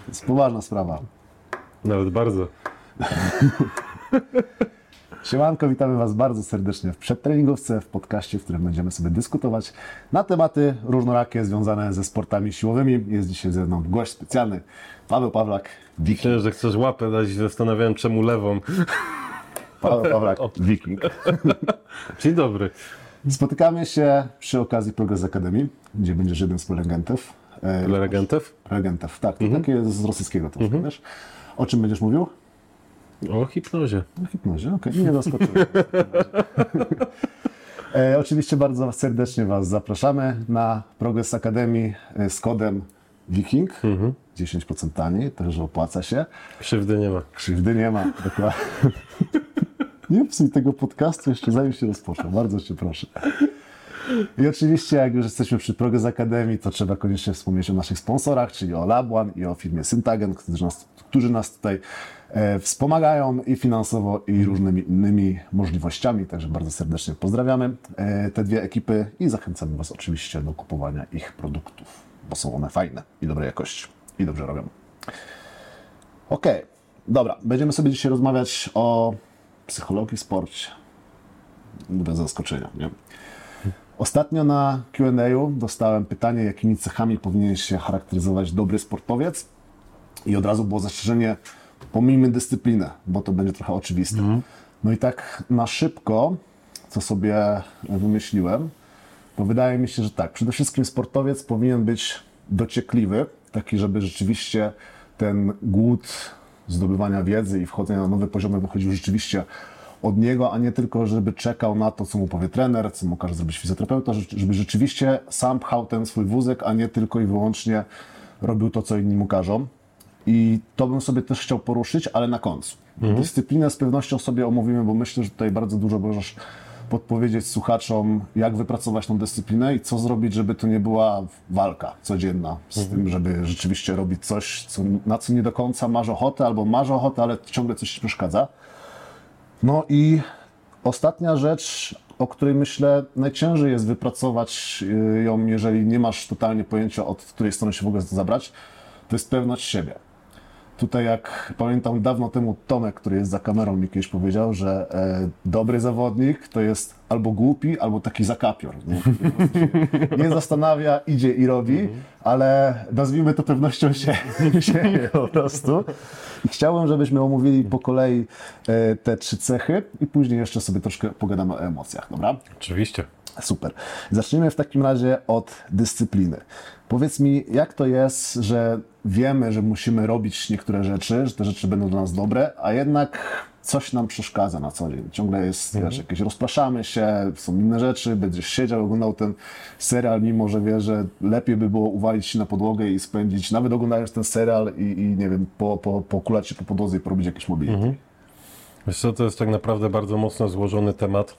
jest poważna sprawa. Nawet bardzo. Siemanko, witamy Was bardzo serdecznie w przedtreningówce, w podcaście, w którym będziemy sobie dyskutować na tematy różnorakie związane ze sportami siłowymi. Jest dzisiaj ze mną gość specjalny, Paweł Pawlak, Wiking. Myślałem, że chcesz łapę dać, zastanawiałem czemu lewą. Paweł Pawlak, Wiking. Dzień dobry. Spotykamy się przy okazji Progress Academy, gdzie będziesz jednym z prelegentów. Prelegentów? Tak, to takie z rosyjskiego troszkę, wiesz? O czym będziesz mówił? O hipnozie. O hipnozie, okej, nie zaskoczyłem. Oczywiście bardzo serdecznie Was zapraszamy na Progress Academy z kodem Wiking. 10% taniej, także opłaca się. Krzywdy nie ma. Krzywdy nie ma, dokładnie. Nie psuj tego podcastu jeszcze zanim się rozpoczął, bardzo Cię proszę. I oczywiście, jak już jesteśmy przy Progress Academy, to trzeba koniecznie wspomnieć o naszych sponsorach, czyli o LabOne i o firmie Syntagen, którzy nas tutaj wspomagają i finansowo, i różnymi innymi możliwościami. Także bardzo serdecznie pozdrawiamy te dwie ekipy i zachęcamy Was oczywiście do kupowania ich produktów, bo są one fajne i dobrej jakości i dobrze robią. Okej, dobra, będziemy sobie dzisiaj rozmawiać o psychologii w sporcie. Bez zaskoczenia, nie? Ostatnio na Q&A dostałem pytanie, jakimi cechami powinien się charakteryzować dobry sportowiec, i od razu było zastrzeżenie: pomijmy dyscyplinę, bo to będzie trochę oczywiste. No i tak na szybko, co sobie wymyśliłem, to wydaje mi się, że tak, przede wszystkim sportowiec powinien być dociekliwy, taki, żeby rzeczywiście ten głód zdobywania wiedzy i wchodzenia na nowe poziomy wychodził rzeczywiście od niego, a nie tylko, żeby czekał na to, co mu powie trener, co mu każe zrobić fizjoterapeuta, żeby rzeczywiście sam pchał ten swój wózek, a nie tylko i wyłącznie robił to, co inni mu każą. I to bym sobie też chciał poruszyć, ale na końcu. Dyscyplinę z pewnością sobie omówimy, bo myślę, że tutaj bardzo dużo możesz podpowiedzieć słuchaczom, jak wypracować tą dyscyplinę i co zrobić, żeby to nie była walka codzienna z tym, żeby rzeczywiście robić coś, na co nie do końca masz ochotę, albo masz ochotę, ale ciągle coś ci przeszkadza. No i ostatnia rzecz, o której myślę najciężej jest wypracować ją, jeżeli nie masz totalnie pojęcia, od której strony się w ogóle zabrać, to jest pewność siebie. Tutaj, jak pamiętam, dawno temu Tomek, który jest za kamerą, mi kiedyś powiedział, że dobry zawodnik to jest albo głupi, albo taki zakapior. Nie zastanawia, idzie i robi, ale nazwijmy to pewnością siebie po prostu. I chciałem, żebyśmy omówili po kolei te trzy cechy i później jeszcze sobie troszkę pogadamy o emocjach, dobra? Oczywiście. Super. Zacznijmy w takim razie od dyscypliny. Powiedz mi, jak to jest, że wiemy, że musimy robić niektóre rzeczy, że te rzeczy będą dla nas dobre, a jednak coś nam przeszkadza na co dzień. Ciągle jest, wiesz, jakieś rozpraszamy się, są inne rzeczy, będziesz siedział, oglądał ten serial, mimo że wiesz, że lepiej by było uwalić się na podłogę i spędzić, nawet oglądając ten serial i nie wiem, pokulać się po podłodze i porobić jakieś mobility. Wiesz co, to jest tak naprawdę bardzo mocno złożony temat.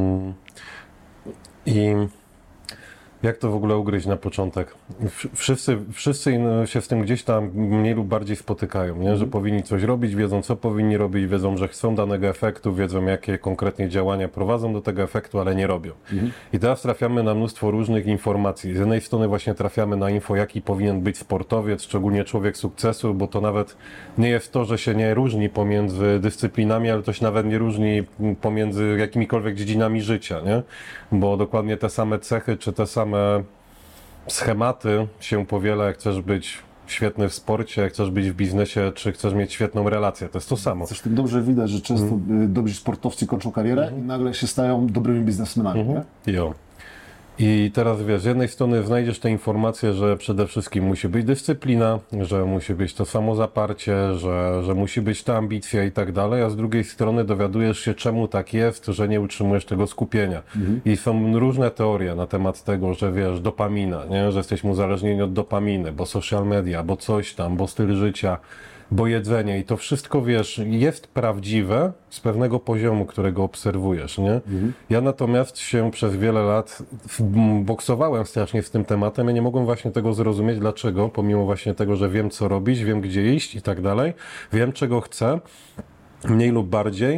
I jak to w ogóle ugryźć na początek? Wszyscy się z tym gdzieś tam mniej lub bardziej spotykają, nie? Że powinni coś robić, wiedzą co powinni robić, wiedzą, że chcą danego efektu, wiedzą jakie konkretnie działania prowadzą do tego efektu, ale nie robią. I teraz trafiamy na mnóstwo różnych informacji. Z jednej strony właśnie trafiamy na info, jaki powinien być sportowiec, szczególnie człowiek sukcesu, bo to nawet nie jest to, że się nie różni pomiędzy dyscyplinami, ale to się nawet nie różni pomiędzy jakimikolwiek dziedzinami życia, nie? Bo dokładnie te same cechy, czy te same schematy się powiela, jak chcesz być świetny w sporcie, jak chcesz być w biznesie, czy chcesz mieć świetną relację. To jest to samo. Zresztą dobrze widać, że często dobrzy sportowcy kończą karierę i nagle się stają dobrymi biznesmenami, nie? Jo. I teraz wiesz, z jednej strony znajdziesz te informacje, że przede wszystkim musi być dyscyplina, że musi być to samozaparcie, że musi być ta ambicja i tak dalej, a z drugiej strony dowiadujesz się, czemu tak jest, że nie utrzymujesz tego skupienia. I są różne teorie na temat tego, że wiesz, dopamina, nie? Że jesteśmy uzależnieni od dopaminy, bo social media, bo coś tam, bo styl życia, bo jedzenie i to wszystko, wiesz, jest prawdziwe z pewnego poziomu, którego obserwujesz, nie? Ja natomiast się przez wiele lat boksowałem strasznie z tym tematem, ja nie mogłem właśnie tego zrozumieć, dlaczego, pomimo właśnie tego, że wiem co robić, wiem gdzie iść i tak dalej, wiem czego chcę, mniej lub bardziej,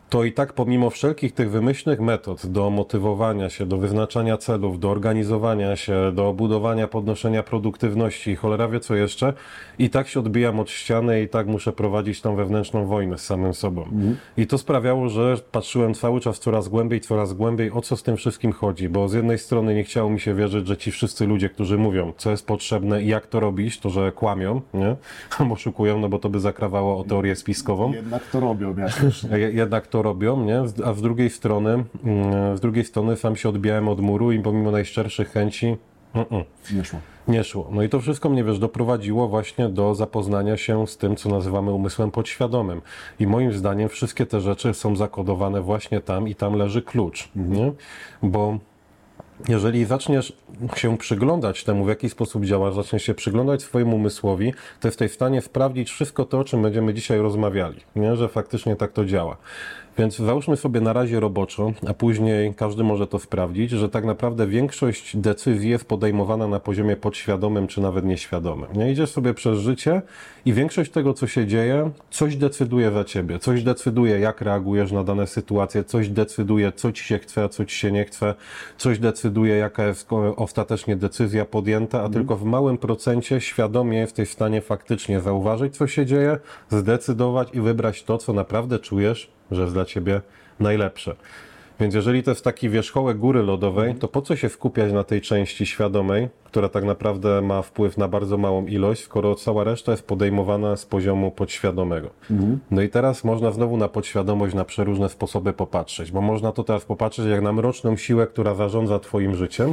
to i tak pomimo wszelkich tych wymyślnych metod do motywowania się, do wyznaczania celów, do organizowania się, do budowania, podnoszenia produktywności i cholera wie co jeszcze, i tak się odbijam od ściany i tak muszę prowadzić tą wewnętrzną wojnę z samym sobą. I to sprawiało, że patrzyłem cały czas coraz głębiej, o co z tym wszystkim chodzi, bo z jednej strony nie chciało mi się wierzyć, że ci wszyscy ludzie, którzy mówią, co jest potrzebne i jak to robić, to że kłamią, nie? Albo oszukują, no bo to by zakrawało o teorię spiskową. Jednak to robią, jasne. Jednak to robią, nie? A z drugiej strony sam się odbijałem od muru i pomimo najszczerszych chęci nie szło. No i to wszystko mnie, doprowadziło właśnie do zapoznania się z tym, co nazywamy umysłem podświadomym. I moim zdaniem wszystkie te rzeczy są zakodowane właśnie tam i tam leży klucz, nie? Bo jeżeli zaczniesz się przyglądać temu, w jaki sposób działa, zaczniesz się przyglądać swojemu umysłowi, to jesteś w stanie sprawdzić wszystko to, o czym będziemy dzisiaj rozmawiali, nie? Że faktycznie tak to działa. Więc załóżmy sobie na razie roboczo, a później każdy może to sprawdzić, że tak naprawdę większość decyzji jest podejmowana na poziomie podświadomym czy nawet nieświadomym. Nie idziesz sobie przez życie i większość tego, co się dzieje, coś decyduje za ciebie, coś decyduje, jak reagujesz na dane sytuacje, coś decyduje, co ci się chce, a co ci się nie chce, coś decyduje, jaka jest ostatecznie decyzja podjęta, a tylko w małym procencie świadomie jesteś w stanie faktycznie zauważyć, co się dzieje, zdecydować i wybrać to, co naprawdę czujesz, że jest dla ciebie najlepsze. Więc jeżeli to jest taki wierzchołek góry lodowej, to po co się skupiać na tej części świadomej, która tak naprawdę ma wpływ na bardzo małą ilość, skoro cała reszta jest podejmowana z poziomu podświadomego. No i teraz można znowu na podświadomość na przeróżne sposoby popatrzeć, bo można to teraz popatrzeć jak na mroczną siłę, która zarządza twoim życiem.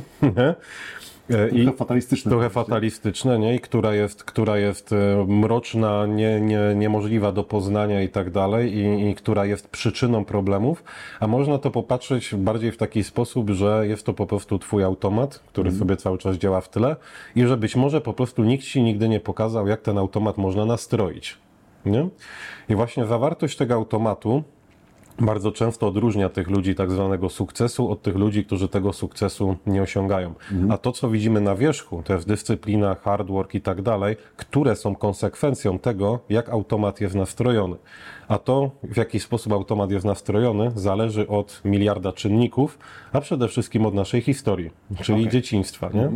Trochę fatalistyczne, nie? I która jest mroczna, niemożliwa do poznania i tak dalej, i która jest przyczyną problemów, a można to popatrzeć bardziej w taki sposób, że jest to po prostu twój automat, który sobie cały czas działa w tle i że być może po prostu nikt ci nigdy nie pokazał, jak ten automat można nastroić, nie? I właśnie zawartość tego automatu bardzo często odróżnia tych ludzi tak zwanego sukcesu od tych ludzi, którzy tego sukcesu nie osiągają. A to, co widzimy na wierzchu, to jest dyscyplina, hard work i tak dalej, które są konsekwencją tego, jak automat jest nastrojony. A to, w jaki sposób automat jest nastrojony, zależy od miliarda czynników, a przede wszystkim od naszej historii, czyli dzieciństwa, nie?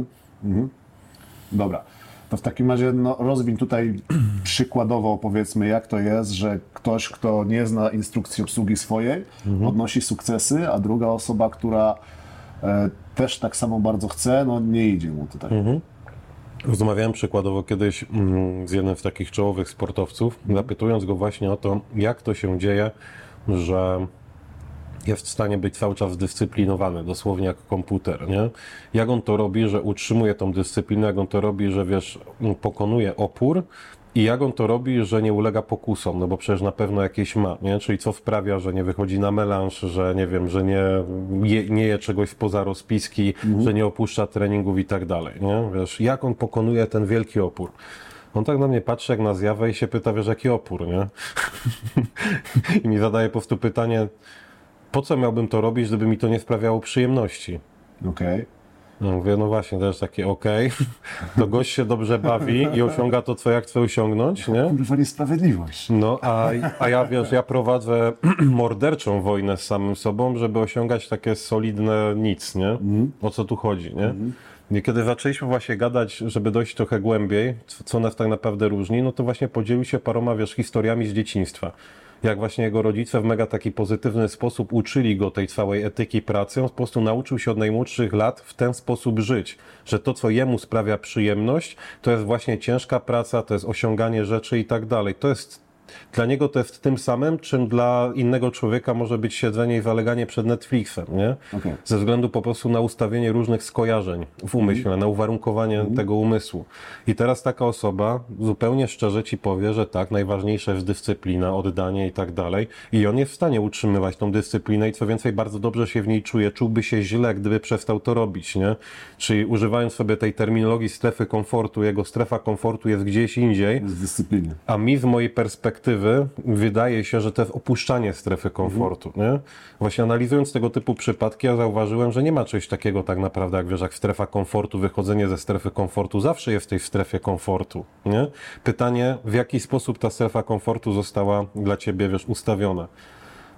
Dobra. To w takim razie rozwiń tutaj przykładowo, powiedzmy, jak to jest, że ktoś, kto nie zna instrukcji obsługi swojej, odnosi sukcesy, a druga osoba, która też tak samo bardzo chce, nie idzie mu tutaj. Rozmawiałem przykładowo kiedyś z jednym z takich czołowych sportowców, zapytując go właśnie o to, jak to się dzieje, że jest w stanie być cały czas zdyscyplinowany, dosłownie jak komputer, nie? Jak on to robi, że utrzymuje tą dyscyplinę, jak on to robi, że pokonuje opór i jak on to robi, że nie ulega pokusom, no bo przecież na pewno jakieś ma, nie? Czyli co sprawia, że nie wychodzi na melanż, że nie wiem, że nie je czegoś spoza rozpiski, że nie opuszcza treningów i tak dalej, nie? Jak on pokonuje ten wielki opór? On tak na mnie patrzy jak na zjawę i się pyta, jaki opór, nie? I mi zadaje po prostu pytanie, po co miałbym to robić, żeby mi to nie sprawiało przyjemności? Okej. No mówię, właśnie też takie to gość się dobrze bawi i osiąga to, co ja chcę osiągnąć, nie? Kurwa niesprawiedliwość. No, a ja prowadzę morderczą wojnę z samym sobą, żeby osiągać takie solidne nic, nie? O co tu chodzi, nie? I kiedy zaczęliśmy właśnie gadać, żeby dojść trochę głębiej, co nas tak naprawdę różni, to właśnie podzielił się paroma, historiami z dzieciństwa. Jak właśnie jego rodzice w mega taki pozytywny sposób uczyli go tej całej etyki pracy, on po prostu nauczył się od najmłodszych lat w ten sposób żyć, że to, co jemu sprawia przyjemność, to jest właśnie ciężka praca, to jest osiąganie rzeczy i tak dalej. Dla niego to jest tym samym, czym dla innego człowieka może być siedzenie i zaleganie przed Netflixem, nie? Ze względu po prostu na ustawienie różnych skojarzeń w umyśle, na uwarunkowanie tego umysłu. I teraz taka osoba zupełnie szczerze ci powie, że tak, najważniejsza jest dyscyplina, oddanie i tak dalej. I on jest w stanie utrzymywać tą dyscyplinę i co więcej, bardzo dobrze się w niej czuje. Czułby się źle, gdyby przestał to robić, nie? Czyli używając sobie tej terminologii strefy komfortu, jego strefa komfortu jest gdzieś indziej. Z dyscypliny. A mi z mojej perspektywy wydaje się, że to jest opuszczanie strefy komfortu, nie? Właśnie analizując tego typu przypadki, ja zauważyłem, że nie ma czegoś takiego tak naprawdę, jak strefa komfortu, wychodzenie ze strefy komfortu. Zawsze jesteś w strefie komfortu, nie? Pytanie, w jaki sposób ta strefa komfortu została dla ciebie, ustawiona.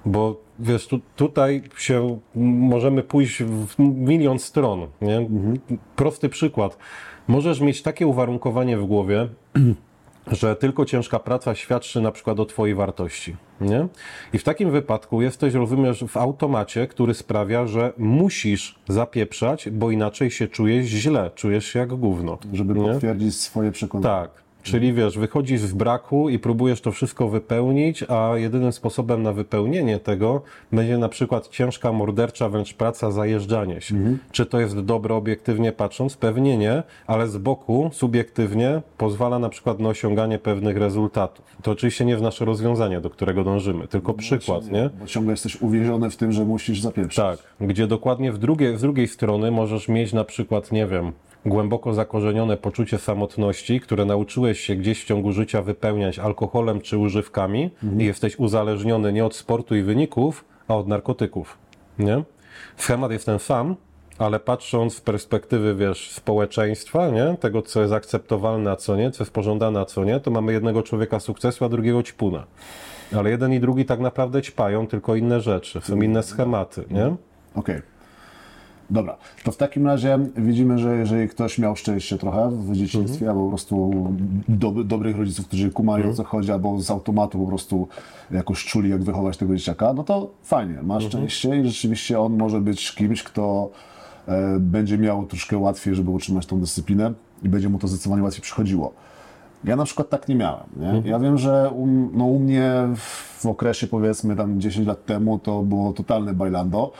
Bo wiesz, tutaj się możemy pójść w milion stron, nie? Prosty przykład. Możesz mieć takie uwarunkowanie w głowie, że tylko ciężka praca świadczy na przykład o twojej wartości, nie? I w takim wypadku jesteś, rozumiesz, w automacie, który sprawia, że musisz zapieprzać, bo inaczej się czujesz źle, czujesz się jak gówno. Żeby nie? potwierdzić swoje przekonanie. Tak. Czyli wiesz, wychodzisz z braku i próbujesz to wszystko wypełnić, a jedynym sposobem na wypełnienie tego będzie na przykład ciężka, mordercza wręcz praca, zajeżdżanie się. Czy to jest dobre obiektywnie patrząc? Pewnie nie, ale z boku, subiektywnie pozwala na przykład na osiąganie pewnych rezultatów. To oczywiście nie jest nasze rozwiązanie, do którego dążymy, tylko przykład, nie? Bo ciągle jesteś uwięziony w tym, że musisz zapieprzać. Tak, gdzie dokładnie z drugiej strony możesz mieć na przykład, nie wiem, głęboko zakorzenione poczucie samotności, które nauczyłeś się gdzieś w ciągu życia wypełniać alkoholem czy używkami i jesteś uzależniony nie od sportu i wyników, a od narkotyków, nie? Schemat jest ten sam, ale patrząc z perspektywy, wiesz, społeczeństwa, nie? Tego, co jest akceptowalne, a co nie, co jest pożądane, a co nie, to mamy jednego człowieka sukcesu, a drugiego ćpuna. Ale jeden i drugi tak naprawdę ćpają, tylko inne rzeczy, są inne schematy, nie? Okej. Dobra, to w takim razie widzimy, że jeżeli ktoś miał szczęście trochę w dzieciństwie, albo po prostu dobrych rodziców, którzy kumają o co chodzi, albo z automatu po prostu jakoś czuli, jak wychować tego dzieciaka, no to fajnie, ma szczęście i rzeczywiście on może być kimś, kto będzie miał troszkę łatwiej, żeby utrzymać tą dyscyplinę i będzie mu to zdecydowanie łatwiej przychodziło. Ja na przykład tak nie miałem. Nie? Ja wiem, że u mnie w okresie powiedzmy tam 10 lat temu to było totalne bailando.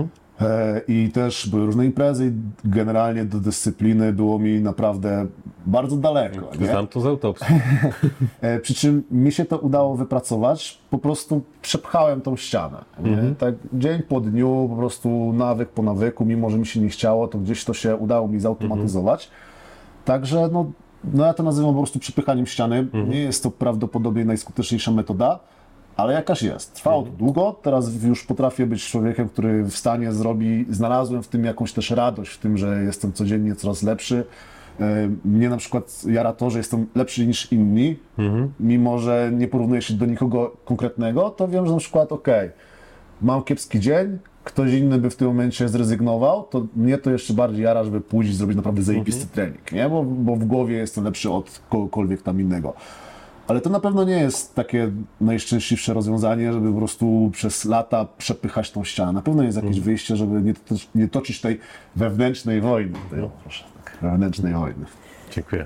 I też były różne imprezy i generalnie do dyscypliny było mi naprawdę bardzo daleko. Nie? Znam to z autopsji. Przy czym mi się to udało wypracować, po prostu przepchałem tą ścianę. Nie? Tak dzień po dniu, po prostu nawyk po nawyku, mimo że mi się nie chciało, to gdzieś to się udało mi zautomatyzować. Także no ja to nazywam po prostu przepychaniem ściany. Nie jest to prawdopodobnie najskuteczniejsza metoda, ale jakaś jest. Trwało to długo, teraz już potrafię być człowiekiem, który w stanie znalazłem w tym jakąś też radość, w tym, że jestem codziennie coraz lepszy. Mnie na przykład jara to, że jestem lepszy niż inni, mimo że nie porównuję się do nikogo konkretnego, to wiem, że na przykład mam kiepski dzień, ktoś inny by w tym momencie zrezygnował, to mnie to jeszcze bardziej jara, żeby pójść i zrobić naprawdę zajebisty trening, nie? Bo w głowie jestem lepszy od kogokolwiek tam innego. Ale to na pewno nie jest takie najszczęśliwsze rozwiązanie, żeby po prostu przez lata przepychać tą ścianę. Na pewno jest jakieś wyjście, żeby nie toczyć tej wewnętrznej wojny. Proszę, tak, wewnętrznej wojny. Dziękuję.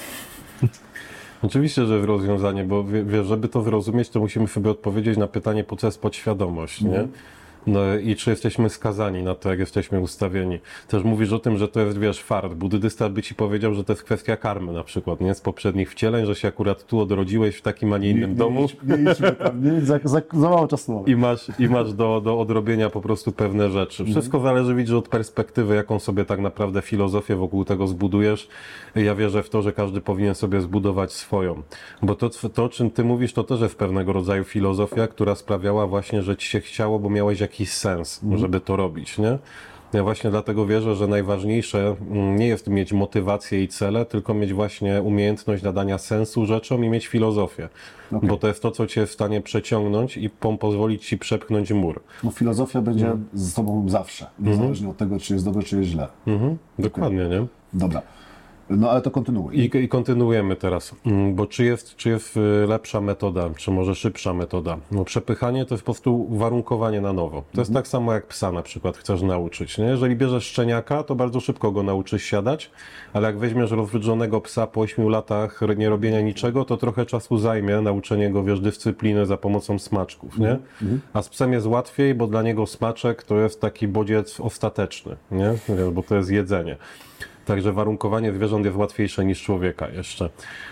Oczywiście, że rozwiązanie, bo wiesz, żeby to wyrozumieć, to musimy sobie odpowiedzieć na pytanie, po co jest podświadomość, nie? No i czy jesteśmy skazani na to, jak jesteśmy ustawieni. Też mówisz o tym, że to jest, wiesz, fart. Buddysta by ci powiedział, że to jest kwestia karmy na przykład, nie? Z poprzednich wcieleń, że się akurat tu odrodziłeś w takim, a nie innym domu. Nie idźmy tam, za mało czasu. I masz do odrobienia po prostu pewne rzeczy. Wszystko zależy, widzisz, od perspektywy, jaką sobie tak naprawdę filozofię wokół tego zbudujesz. Ja wierzę w to, że każdy powinien sobie zbudować swoją. Bo to, o czym ty mówisz, to też jest pewnego rodzaju filozofia, która sprawiała właśnie, że ci się chciało, bo miałeś jakiś sens, żeby to robić, nie? Ja właśnie dlatego wierzę, że najważniejsze nie jest mieć motywację i cele, tylko mieć właśnie umiejętność nadania sensu rzeczom i mieć filozofię. Bo to jest to, co cię jest w stanie przeciągnąć i pozwolić ci przepchnąć mur. No, filozofia będzie z tobą zawsze, niezależnie od tego, czy jest dobre, czy jest źle. Dokładnie, nie? Dobra. No ale to kontynuuj. I kontynuujemy teraz, bo czy jest lepsza metoda, czy może szybsza metoda? No przepychanie to jest po prostu warunkowanie na nowo. To jest tak samo jak psa na przykład chcesz nauczyć, nie? Jeżeli bierzesz szczeniaka, to bardzo szybko go nauczysz siadać, ale jak weźmiesz rozwydrzonego psa po 8 latach nie robienia niczego, to trochę czasu zajmie nauczenie go, wiesz, dyscypliny za pomocą smaczków, nie? A z psem jest łatwiej, bo dla niego smaczek to jest taki bodziec ostateczny, nie? Bo to jest jedzenie. Także warunkowanie zwierząt jest łatwiejsze niż człowieka jeszcze.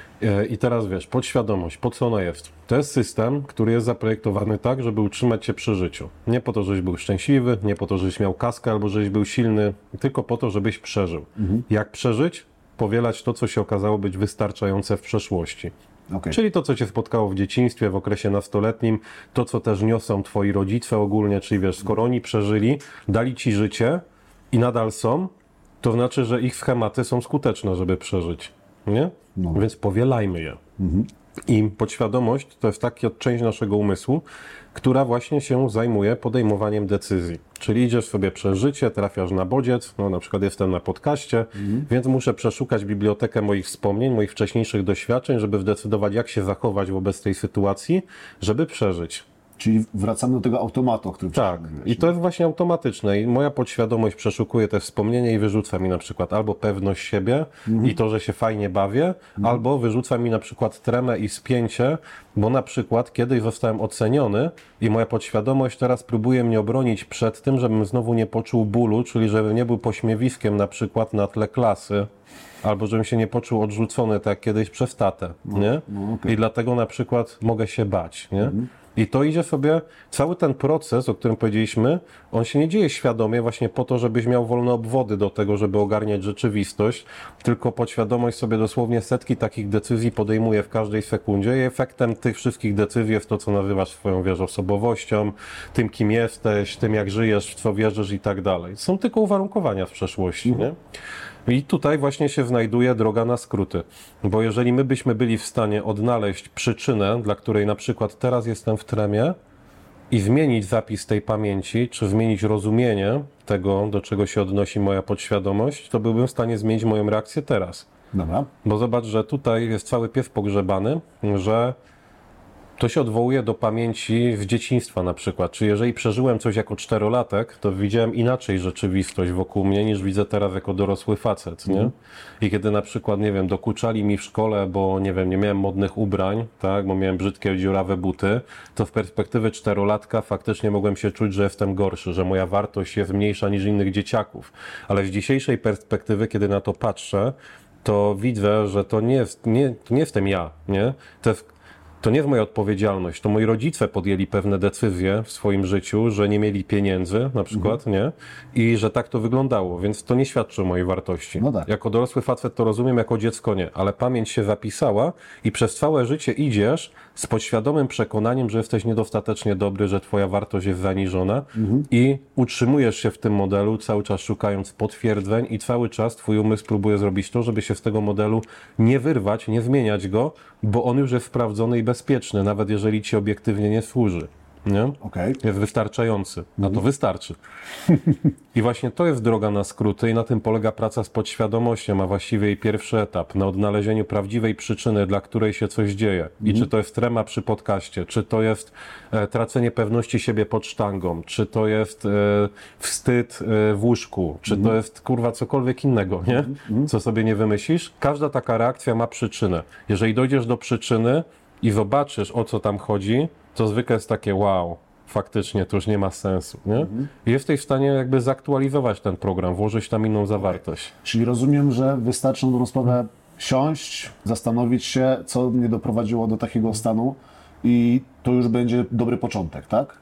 I teraz wiesz, podświadomość, po co ona jest? To jest system, który jest zaprojektowany tak, żeby utrzymać cię przy życiu. Nie po to, żebyś był szczęśliwy, nie po to, żebyś miał kaskę albo żebyś był silny, tylko po to, żebyś przeżył. Jak przeżyć? Powielać to, co się okazało być wystarczające w przeszłości. Czyli to, co cię spotkało w dzieciństwie, w okresie nastoletnim, to, co też niosą twoi rodzice ogólnie, czyli wiesz, skoro oni przeżyli, dali ci życie i nadal są, to znaczy, że ich schematy są skuteczne, żeby przeżyć, nie? Więc powielajmy je. I podświadomość to jest taka część naszego umysłu, która właśnie się zajmuje podejmowaniem decyzji. Czyli idziesz sobie przez życie, trafiasz na bodziec, no na przykład jestem na podcaście, więc muszę przeszukać bibliotekę moich wspomnień, moich wcześniejszych doświadczeń, żeby zdecydować, jak się zachować wobec tej sytuacji, żeby przeżyć. Czyli wracamy do tego automatu, o którym Tak, mówiłeś, i to jest właśnie automatyczne i moja podświadomość przeszukuje te wspomnienia i wyrzuca mi na przykład albo pewność siebie i to, że się fajnie bawię, albo wyrzuca mi na przykład tremę i spięcie, bo na przykład kiedyś zostałem oceniony i moja podświadomość teraz próbuje mnie obronić przed tym, żebym znowu nie poczuł bólu, czyli żebym nie był pośmiewiskiem na przykład na tle klasy, albo żebym się nie poczuł odrzucony tak jak kiedyś przez tatę, nie? okej. I dlatego na przykład mogę się bać, nie? I to idzie sobie, cały ten proces, o którym powiedzieliśmy, on się nie dzieje świadomie właśnie po to, żebyś miał wolne obwody do tego, żeby ogarniać rzeczywistość, tylko podświadomość sobie dosłownie setki takich decyzji podejmuje w każdej sekundzie i efektem tych wszystkich decyzji jest to, co nazywasz swoją, wiesz, osobowością, tym, kim jesteś, tym, jak żyjesz, w co wierzysz i tak dalej. Są tylko uwarunkowania z przeszłości, nie? I tutaj właśnie się znajduje droga na skróty, bo jeżeli my byśmy byli w stanie odnaleźć przyczynę, dla której na przykład teraz jestem w tremie i zmienić zapis tej pamięci, czy zmienić rozumienie tego, do czego się odnosi moja podświadomość, to byłbym w stanie zmienić moją reakcję teraz. Dobra. Bo zobacz, że tutaj jest cały piew pogrzebany, że to się odwołuje do pamięci z dzieciństwa na przykład. Czy jeżeli przeżyłem coś jako 4-latek, to widziałem inaczej rzeczywistość wokół mnie, niż widzę teraz jako dorosły facet, nie? I kiedy na przykład, nie wiem, dokuczali mi w szkole, bo nie wiem, nie miałem modnych ubrań, tak, bo miałem brzydkie, dziurawe buty, to w perspektywy 4-latka faktycznie mogłem się czuć, że jestem gorszy, że moja wartość jest mniejsza niż innych dzieciaków. Ale z dzisiejszej perspektywy, kiedy na to patrzę, to widzę, że to nie jestem ja, nie? To nie jest moja odpowiedzialność, to moi rodzice podjęli pewne decyzje w swoim życiu, że nie mieli pieniędzy na przykład, nie? I że tak to wyglądało, więc to nie świadczy o mojej wartości. No tak. Jako dorosły facet to rozumiem, jako dziecko nie, ale pamięć się zapisała i przez całe życie idziesz z podświadomym przekonaniem, że jesteś niedostatecznie dobry, że twoja wartość jest zaniżona i utrzymujesz się w tym modelu, cały czas szukając potwierdzeń i cały czas twój umysł próbuje zrobić to, żeby się z tego modelu nie wyrwać, nie zmieniać go, bo on już jest sprawdzony i bezpieczny, nawet jeżeli ci obiektywnie nie służy. Nie? Okej. Jest wystarczający. A to wystarczy. I właśnie to jest droga na skróty i na tym polega praca z podświadomością, a właściwie jej pierwszy etap, na odnalezieniu prawdziwej przyczyny, dla której się coś dzieje. I czy to jest trema przy podcaście, czy to jest tracenie pewności siebie pod sztangą, czy to jest wstyd w łóżku, czy to jest kurwa cokolwiek innego, nie? Co sobie nie wymyślisz. Każda taka reakcja ma przyczynę. Jeżeli dojdziesz do przyczyny i zobaczysz, o co tam chodzi, to zwykle jest takie wow, faktycznie to już nie ma sensu, nie? I jesteś w stanie jakby zaktualizować ten program, włożyć tam inną zawartość. Czyli rozumiem, że wystarczy na dobrą sprawę siąść, zastanowić się, co mnie doprowadziło do takiego stanu i to już będzie dobry początek, tak?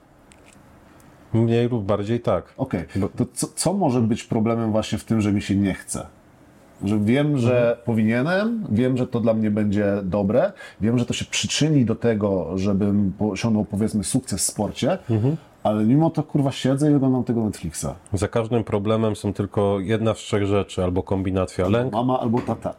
Mniej lub bardziej tak. Okej. To co może być problemem właśnie w tym, że mi się nie chce? Że wiem, że powinienem, wiem, że to dla mnie będzie dobre, wiem, że to się przyczyni do tego, żebym osiągnął, powiedzmy, sukces w sporcie, ale mimo to, kurwa, siedzę i oglądam tego Netflixa. Za każdym problemem są tylko jedna z 3 rzeczy, albo kombinacja lęk, Mama albo tata.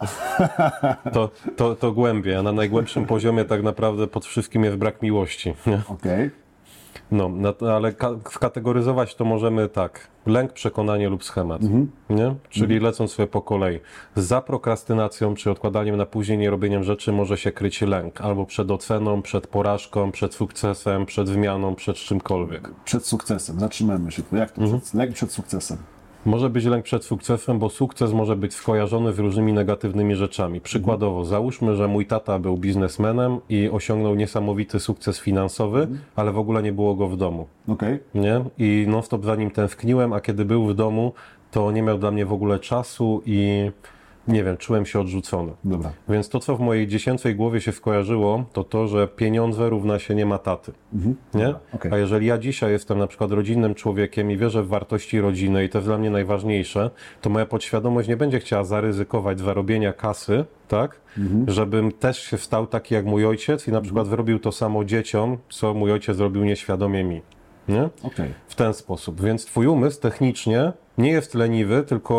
to głębie, a na najgłębszym poziomie tak naprawdę pod wszystkim jest brak miłości. Nie? Okej. No, ale skategoryzować to możemy tak. Lęk, przekonanie lub schemat. Nie? Czyli lecąc sobie po kolei. Za prokrastynacją czy odkładaniem na później, nie robieniem rzeczy może się kryć lęk. Albo przed oceną, przed porażką, przed sukcesem, przed zmianą, przed czymkolwiek. Przed sukcesem. Zatrzymajmy się tu. Jak to? Lęk przed sukcesem. Może być lęk przed sukcesem, bo sukces może być skojarzony z różnymi negatywnymi rzeczami. Przykładowo, załóżmy, że mój tata był biznesmenem i osiągnął niesamowity sukces finansowy, ale w ogóle nie było go w domu. Okej. Nie? I non-stop za nim tęskniłem, a kiedy był w domu, to nie miał dla mnie w ogóle czasu i nie wiem, czułem się odrzucony. Dobra. Więc to, co w mojej dziecięcej głowie się skojarzyło, to, że pieniądze równa się nie ma taty. Nie? Okej. A jeżeli ja dzisiaj jestem na przykład rodzinnym człowiekiem i wierzę w wartości rodziny i to jest dla mnie najważniejsze, to moja podświadomość nie będzie chciała zaryzykować zarobienia kasy, tak? Żebym też się stał taki jak mój ojciec i na przykład zrobił to samo dzieciom, co mój ojciec zrobił nieświadomie mi. Nie? Okej. W ten sposób. Więc twój umysł technicznie nie jest leniwy, tylko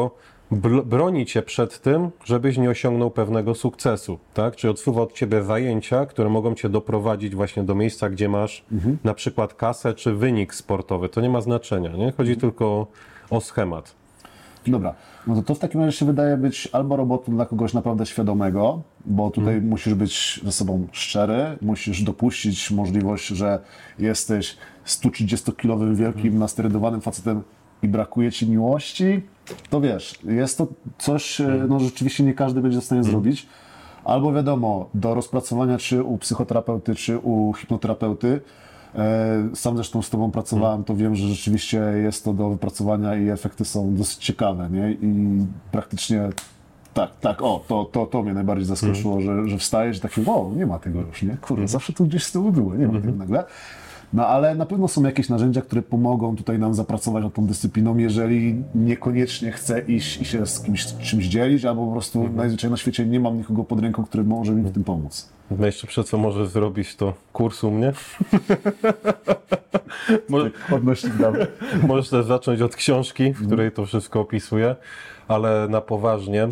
broni cię przed tym, żebyś nie osiągnął pewnego sukcesu, tak? Czyli odsuwa od ciebie zajęcia, które mogą cię doprowadzić właśnie do miejsca, gdzie masz na przykład kasę czy wynik sportowy. To nie ma znaczenia, nie? Chodzi tylko o schemat. Dobra, no to w takim razie się wydaje być albo robotą dla kogoś naprawdę świadomego, bo tutaj musisz być ze sobą szczery, musisz dopuścić możliwość, że jesteś 130-kilowym wielkim nasterydowanym facetem i brakuje ci miłości, to wiesz, jest to coś, no rzeczywiście nie każdy będzie w stanie zrobić, albo wiadomo, do rozpracowania czy u psychoterapeuty, czy u hipnoterapeuty. Sam zresztą z Tobą pracowałem, to wiem, że rzeczywiście jest to do wypracowania i efekty są dosyć ciekawe, nie? I praktycznie to mnie najbardziej zaskoczyło, że wstajesz taki, wow, nie ma tego już, nie? Kurde, zawsze tu gdzieś z tyłu było, nie ma tego nagle. No ale na pewno są jakieś narzędzia, które pomogą tutaj nam zapracować nad tą dyscypliną, jeżeli niekoniecznie chcę iść i się z czymś dzielić, albo po prostu najzwyczajniej na świecie nie mam nikogo pod ręką, który może mi w tym pomóc. Najszybsze, co możesz zrobić, to kurs u mnie. Odnośnik damy. Możesz też zacząć od książki, w której to wszystko opisuję, ale na poważnie,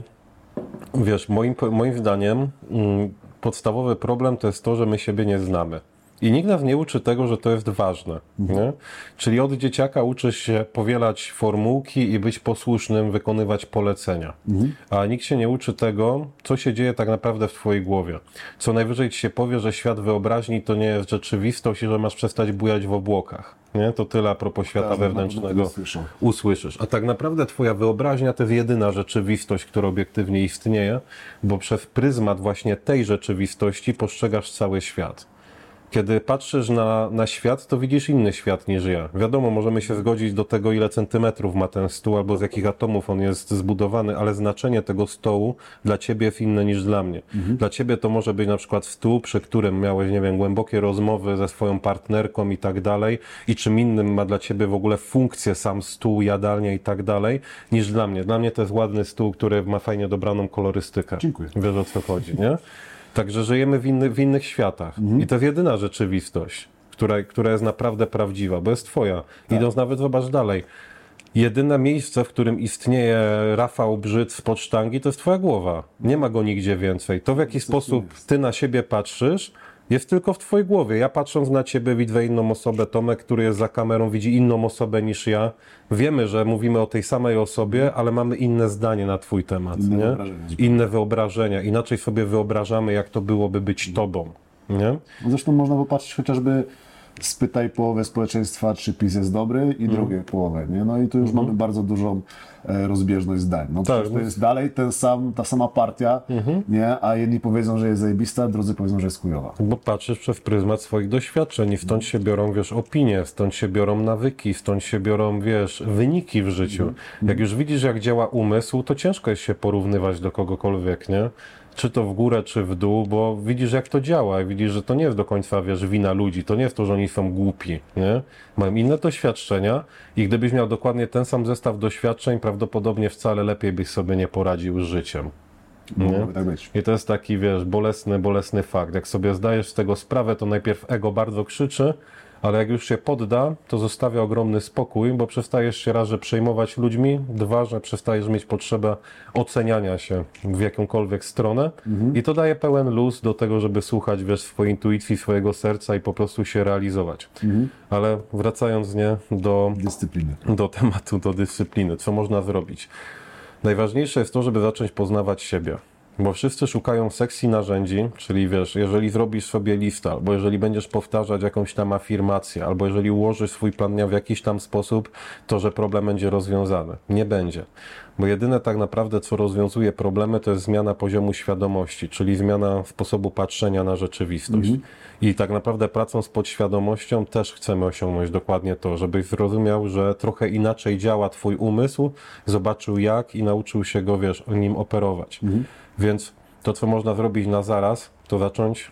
wiesz, moim zdaniem podstawowy problem to jest to, że my siebie nie znamy. I nikt nas nie uczy tego, że to jest ważne. Nie? Czyli od dzieciaka uczysz się powielać formułki i być posłusznym, wykonywać polecenia. A nikt się nie uczy tego, co się dzieje tak naprawdę w twojej głowie. Co najwyżej ci się powie, że świat wyobraźni to nie jest rzeczywistość i że masz przestać bujać w obłokach. Nie? To tyle a propos świata wewnętrznego usłyszysz. A tak naprawdę twoja wyobraźnia to jest jedyna rzeczywistość, która obiektywnie istnieje, bo przez pryzmat właśnie tej rzeczywistości postrzegasz cały świat. Kiedy patrzysz na świat, to widzisz inny świat niż ja. Wiadomo, możemy się zgodzić do tego, ile centymetrów ma ten stół, albo z jakich atomów on jest zbudowany, ale znaczenie tego stołu dla ciebie jest inne niż dla mnie. Dla ciebie to może być na przykład stół, przy którym miałeś, nie wiem, głębokie rozmowy ze swoją partnerką i tak dalej, i czym innym ma dla ciebie w ogóle funkcję sam stół, jadalnia i tak dalej, niż dla mnie. Dla mnie to jest ładny stół, który ma fajnie dobraną kolorystykę. Dziękuję. Wiesz, o co chodzi, nie? Także żyjemy w innych światach. I to jest jedyna rzeczywistość, która jest naprawdę prawdziwa, bo jest twoja. Idąc nawet, zobacz dalej. Jedyne miejsce, w którym istnieje Rafał Brzyd spod sztangi, to jest twoja głowa. Nie ma go nigdzie więcej. To, w jaki sposób ty na siebie patrzysz, jest tylko w twojej głowie. Ja patrząc na ciebie widzę inną osobę, Tomek, który jest za kamerą, widzi inną osobę niż ja. Wiemy, że mówimy o tej samej osobie, ale mamy inne zdanie na twój temat. Inne wyobrażenia. Inaczej sobie wyobrażamy, jak to byłoby być tobą. Nie? Zresztą można popatrzeć chociażby, spytaj połowę społeczeństwa, czy PiS jest dobry i drugie połowę, nie? No i tu już mamy bardzo dużą rozbieżność zdań. No tak, to jest dalej ta sama partia, nie? A jedni powiedzą, że jest zajebista, drudzy powiedzą, że jest chujowa. Bo patrzysz przez pryzmat swoich doświadczeń i stąd się biorą, wiesz, opinie, stąd się biorą nawyki, stąd się biorą, wiesz, wyniki w życiu. Jak już widzisz, jak działa umysł, to ciężko jest się porównywać do kogokolwiek, nie? Czy to w górę, czy w dół, bo widzisz, jak to działa i widzisz, że to nie jest do końca, wiesz, wina ludzi, to nie jest to, że oni są głupi, nie? Mają inne doświadczenia i gdybyś miał dokładnie ten sam zestaw doświadczeń, prawdopodobnie wcale lepiej byś sobie nie poradził z życiem. Mogłoby tak być. I to jest taki, wiesz, bolesny fakt. Jak sobie zdajesz z tego sprawę, to najpierw ego bardzo krzyczy, ale jak już się podda, to zostawia ogromny spokój, bo przestajesz się raz, że przejmować ludźmi, dwa, że przestajesz mieć potrzebę oceniania się w jakąkolwiek stronę i to daje pełen luz do tego, żeby słuchać, wiesz, swojej intuicji, swojego serca i po prostu się realizować. Ale wracając, nie, do dyscypliny, do tematu, do dyscypliny, co można zrobić? Najważniejsze jest to, żeby zacząć poznawać siebie. Bo wszyscy szukają sekcji narzędzi, czyli wiesz, jeżeli zrobisz sobie listę, albo jeżeli będziesz powtarzać jakąś tam afirmację, albo jeżeli ułożysz swój plan dnia w jakiś tam sposób, to że problem będzie rozwiązany. Nie będzie. Bo jedyne tak naprawdę, co rozwiązuje problemy, to jest zmiana poziomu świadomości, czyli zmiana sposobu patrzenia na rzeczywistość. I tak naprawdę pracą z podświadomością też chcemy osiągnąć dokładnie to, żebyś zrozumiał, że trochę inaczej działa twój umysł, zobaczył jak i nauczył się go, wiesz, nim operować. Więc to, co można zrobić na zaraz, to zacząć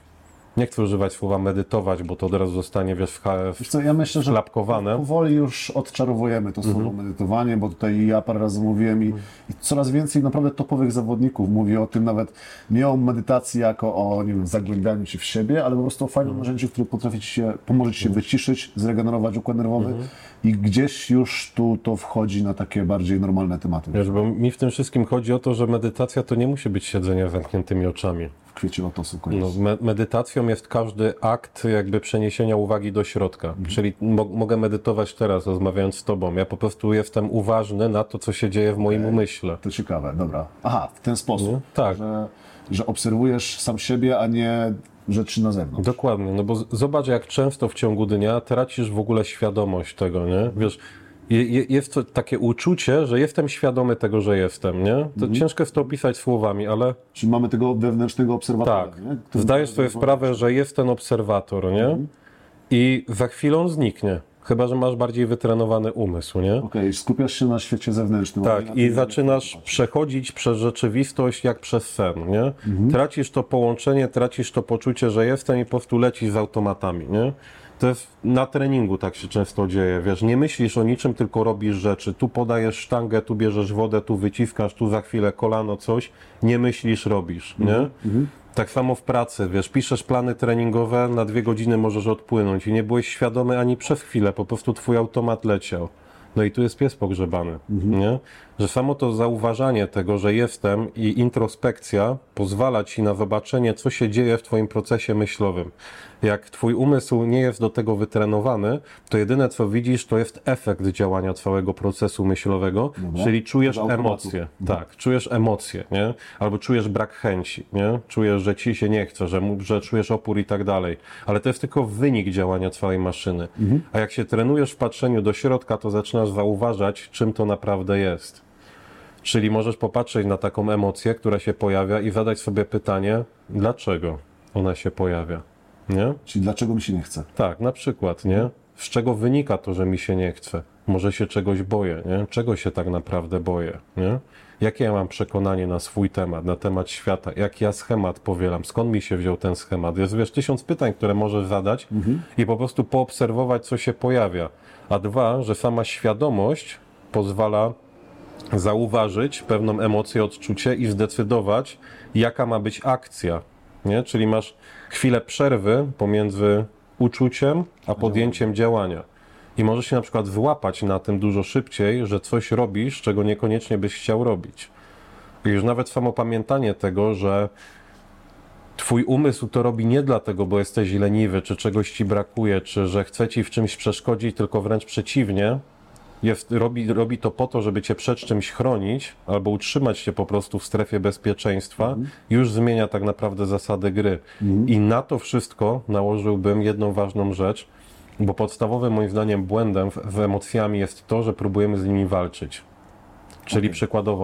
Nie chcę używać słowa medytować, bo to od razu zostanie, wiesz, Wiesz co, ja myślę, że wklapkowane. powoli już odczarowujemy to słowo medytowanie, bo tutaj ja parę razy mówiłem i coraz więcej naprawdę topowych zawodników mówi o tym, nawet nie o medytacji jako o, nie wiem, zagłębianiu się w siebie, ale po prostu o fajnym narzędziu, które pomoże ci się wyciszyć, zregenerować układ nerwowy i gdzieś już tu to wchodzi na takie bardziej normalne tematy. Wiesz, bo mi w tym wszystkim chodzi o to, że medytacja to nie musi być siedzenie z zamkniętymi oczami. W kwiecie lotosu No, koniec. medytacją jest każdy akt jakby przeniesienia uwagi do środka. Czyli mogę medytować teraz, rozmawiając z tobą. Ja po prostu jestem uważny na to, co się dzieje w moim umyśle. To ciekawe, dobra. Aha, w ten sposób, Tak. że obserwujesz sam siebie, a nie rzeczy na zewnątrz. Dokładnie, no bo zobacz, jak często w ciągu dnia tracisz w ogóle świadomość tego, nie? Wiesz, jest to takie uczucie, że jestem świadomy tego, że jestem, nie? To ciężko jest to opisać słowami, ale Czyli mamy tego wewnętrznego obserwatora, tak, nie? Który- zdajesz sobie sprawę, że jest ten obserwator, nie? I za chwilę on zniknie, chyba że masz bardziej wytrenowany umysł, nie? Okej, skupiasz się na świecie zewnętrznym. ale nie na Tak, tym, i jak zaczynasz patrzysz. przechodzić przez rzeczywistość jak przez sen, nie? Tracisz to połączenie, tracisz to poczucie, że jestem i po prostu lecisz z automatami, nie? To jest na treningu tak się często dzieje, wiesz, nie myślisz o niczym, tylko robisz rzeczy. Tu podajesz sztangę, tu bierzesz wodę, tu wyciskasz, tu za chwilę kolano, coś. Nie myślisz, robisz, nie? Tak samo w pracy, wiesz, piszesz plany treningowe, na 2 godziny możesz odpłynąć i nie byłeś świadomy ani przez chwilę, po prostu twój automat leciał. No i tu jest pies pogrzebany, nie? Że samo to zauważanie tego, że jestem i introspekcja pozwala ci na zobaczenie, co się dzieje w twoim procesie myślowym. Jak twój umysł nie jest do tego wytrenowany, to jedyne co widzisz, to jest efekt działania całego procesu myślowego, czyli czujesz Z automatu. emocje. Tak, czujesz emocje, nie? Albo czujesz brak chęci, nie? Czujesz, że ci się nie chce, że czujesz opór i tak dalej. Ale to jest tylko wynik działania całej maszyny. A jak się trenujesz w patrzeniu do środka, to zaczynasz zauważać, czym to naprawdę jest. Czyli możesz popatrzeć na taką emocję, która się pojawia i zadać sobie pytanie, dlaczego ona się pojawia, nie? Czyli dlaczego mi się nie chce? Tak, na przykład, nie? Z czego wynika to, że mi się nie chce? Może się czegoś boję, nie? Czego się tak naprawdę boję, nie? Jakie ja mam przekonanie na swój temat, na temat świata? Jaki ja schemat powielam? Skąd mi się wziął ten schemat? Jest, wiesz, 1000 pytań, które możesz zadać i po prostu poobserwować, co się pojawia. A 2, że sama świadomość pozwala zauważyć pewną emocję, odczucie i zdecydować, jaka ma być akcja, nie? Czyli masz chwilę przerwy pomiędzy uczuciem a podjęciem działania. I możesz się na przykład wyłapać na tym dużo szybciej, że coś robisz, czego niekoniecznie byś chciał robić. I już nawet samo pamiętanie tego, że twój umysł to robi nie dlatego, bo jesteś leniwy, czy czegoś ci brakuje, czy że chce ci w czymś przeszkodzić, tylko wręcz przeciwnie, robi to po to, żeby cię przed czymś chronić, albo utrzymać cię po prostu w strefie bezpieczeństwa, już zmienia tak naprawdę zasady gry. I na to wszystko nałożyłbym jedną ważną rzecz, bo podstawowym moim zdaniem błędem w emocjami jest to, że próbujemy z nimi walczyć. Czyli przykładowo,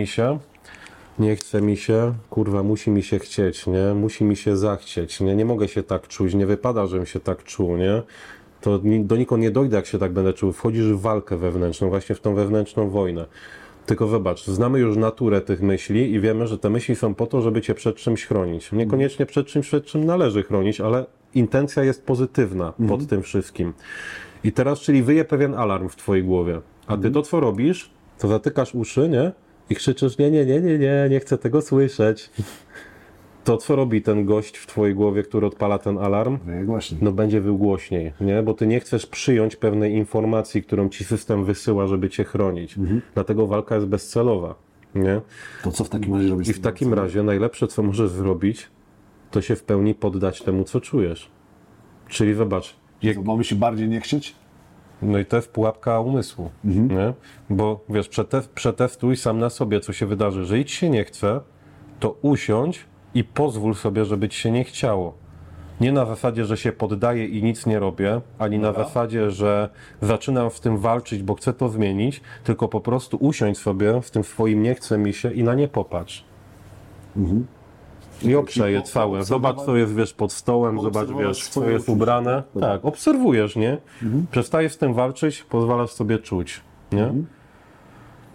nie chce mi się, kurwa, musi mi się chcieć, nie? Musi mi się zachcieć, nie mogę się tak czuć, nie wypada, żebym się tak czuł, nie? To donikąd nie dojdę, jak się tak będę czuł. Wchodzisz w walkę wewnętrzną, właśnie w tą wewnętrzną wojnę. Tylko zobacz, znamy już naturę tych myśli i wiemy, że te myśli są po to, żeby cię przed czymś chronić. Niekoniecznie przed czym należy chronić, ale intencja jest pozytywna pod tym wszystkim. I teraz, czyli wyje pewien alarm w twojej głowie. A ty to, co robisz, to zatykasz uszy, nie? I krzyczysz, nie chcę tego słyszeć. To, co robi ten gość w twojej głowie, który odpala ten alarm, Właśnie. no będzie wył głośniej, nie? Bo ty nie chcesz przyjąć pewnej informacji, którą ci system wysyła, żeby cię chronić. Dlatego walka jest bezcelowa, nie? To co w takim razie robisz? I w takim razie najlepsze, co możesz zrobić, to się w pełni poddać temu, co czujesz. Czyli zobacz, To mamy się bardziej nie chcieć? no i to jest pułapka umysłu, nie? Bo wiesz, przetestuj sam na sobie, co się wydarzy. Jeżeli ci się nie chce, to usiądź i pozwól sobie, żeby ci się nie chciało. Nie na zasadzie, że się poddaję i nic nie robię, ani na zasadzie, że zaczynam w tym walczyć, bo chcę to zmienić, tylko po prostu usiądź sobie w tym swoim nie chce mi się i na nie popatrz. I oprze je całe. Zobacz, co jest, wiesz, pod stołem, zobacz, wiesz, co jest ubrane. Tak, obserwujesz, nie? Przestajesz z tym walczyć, pozwalasz sobie czuć, nie?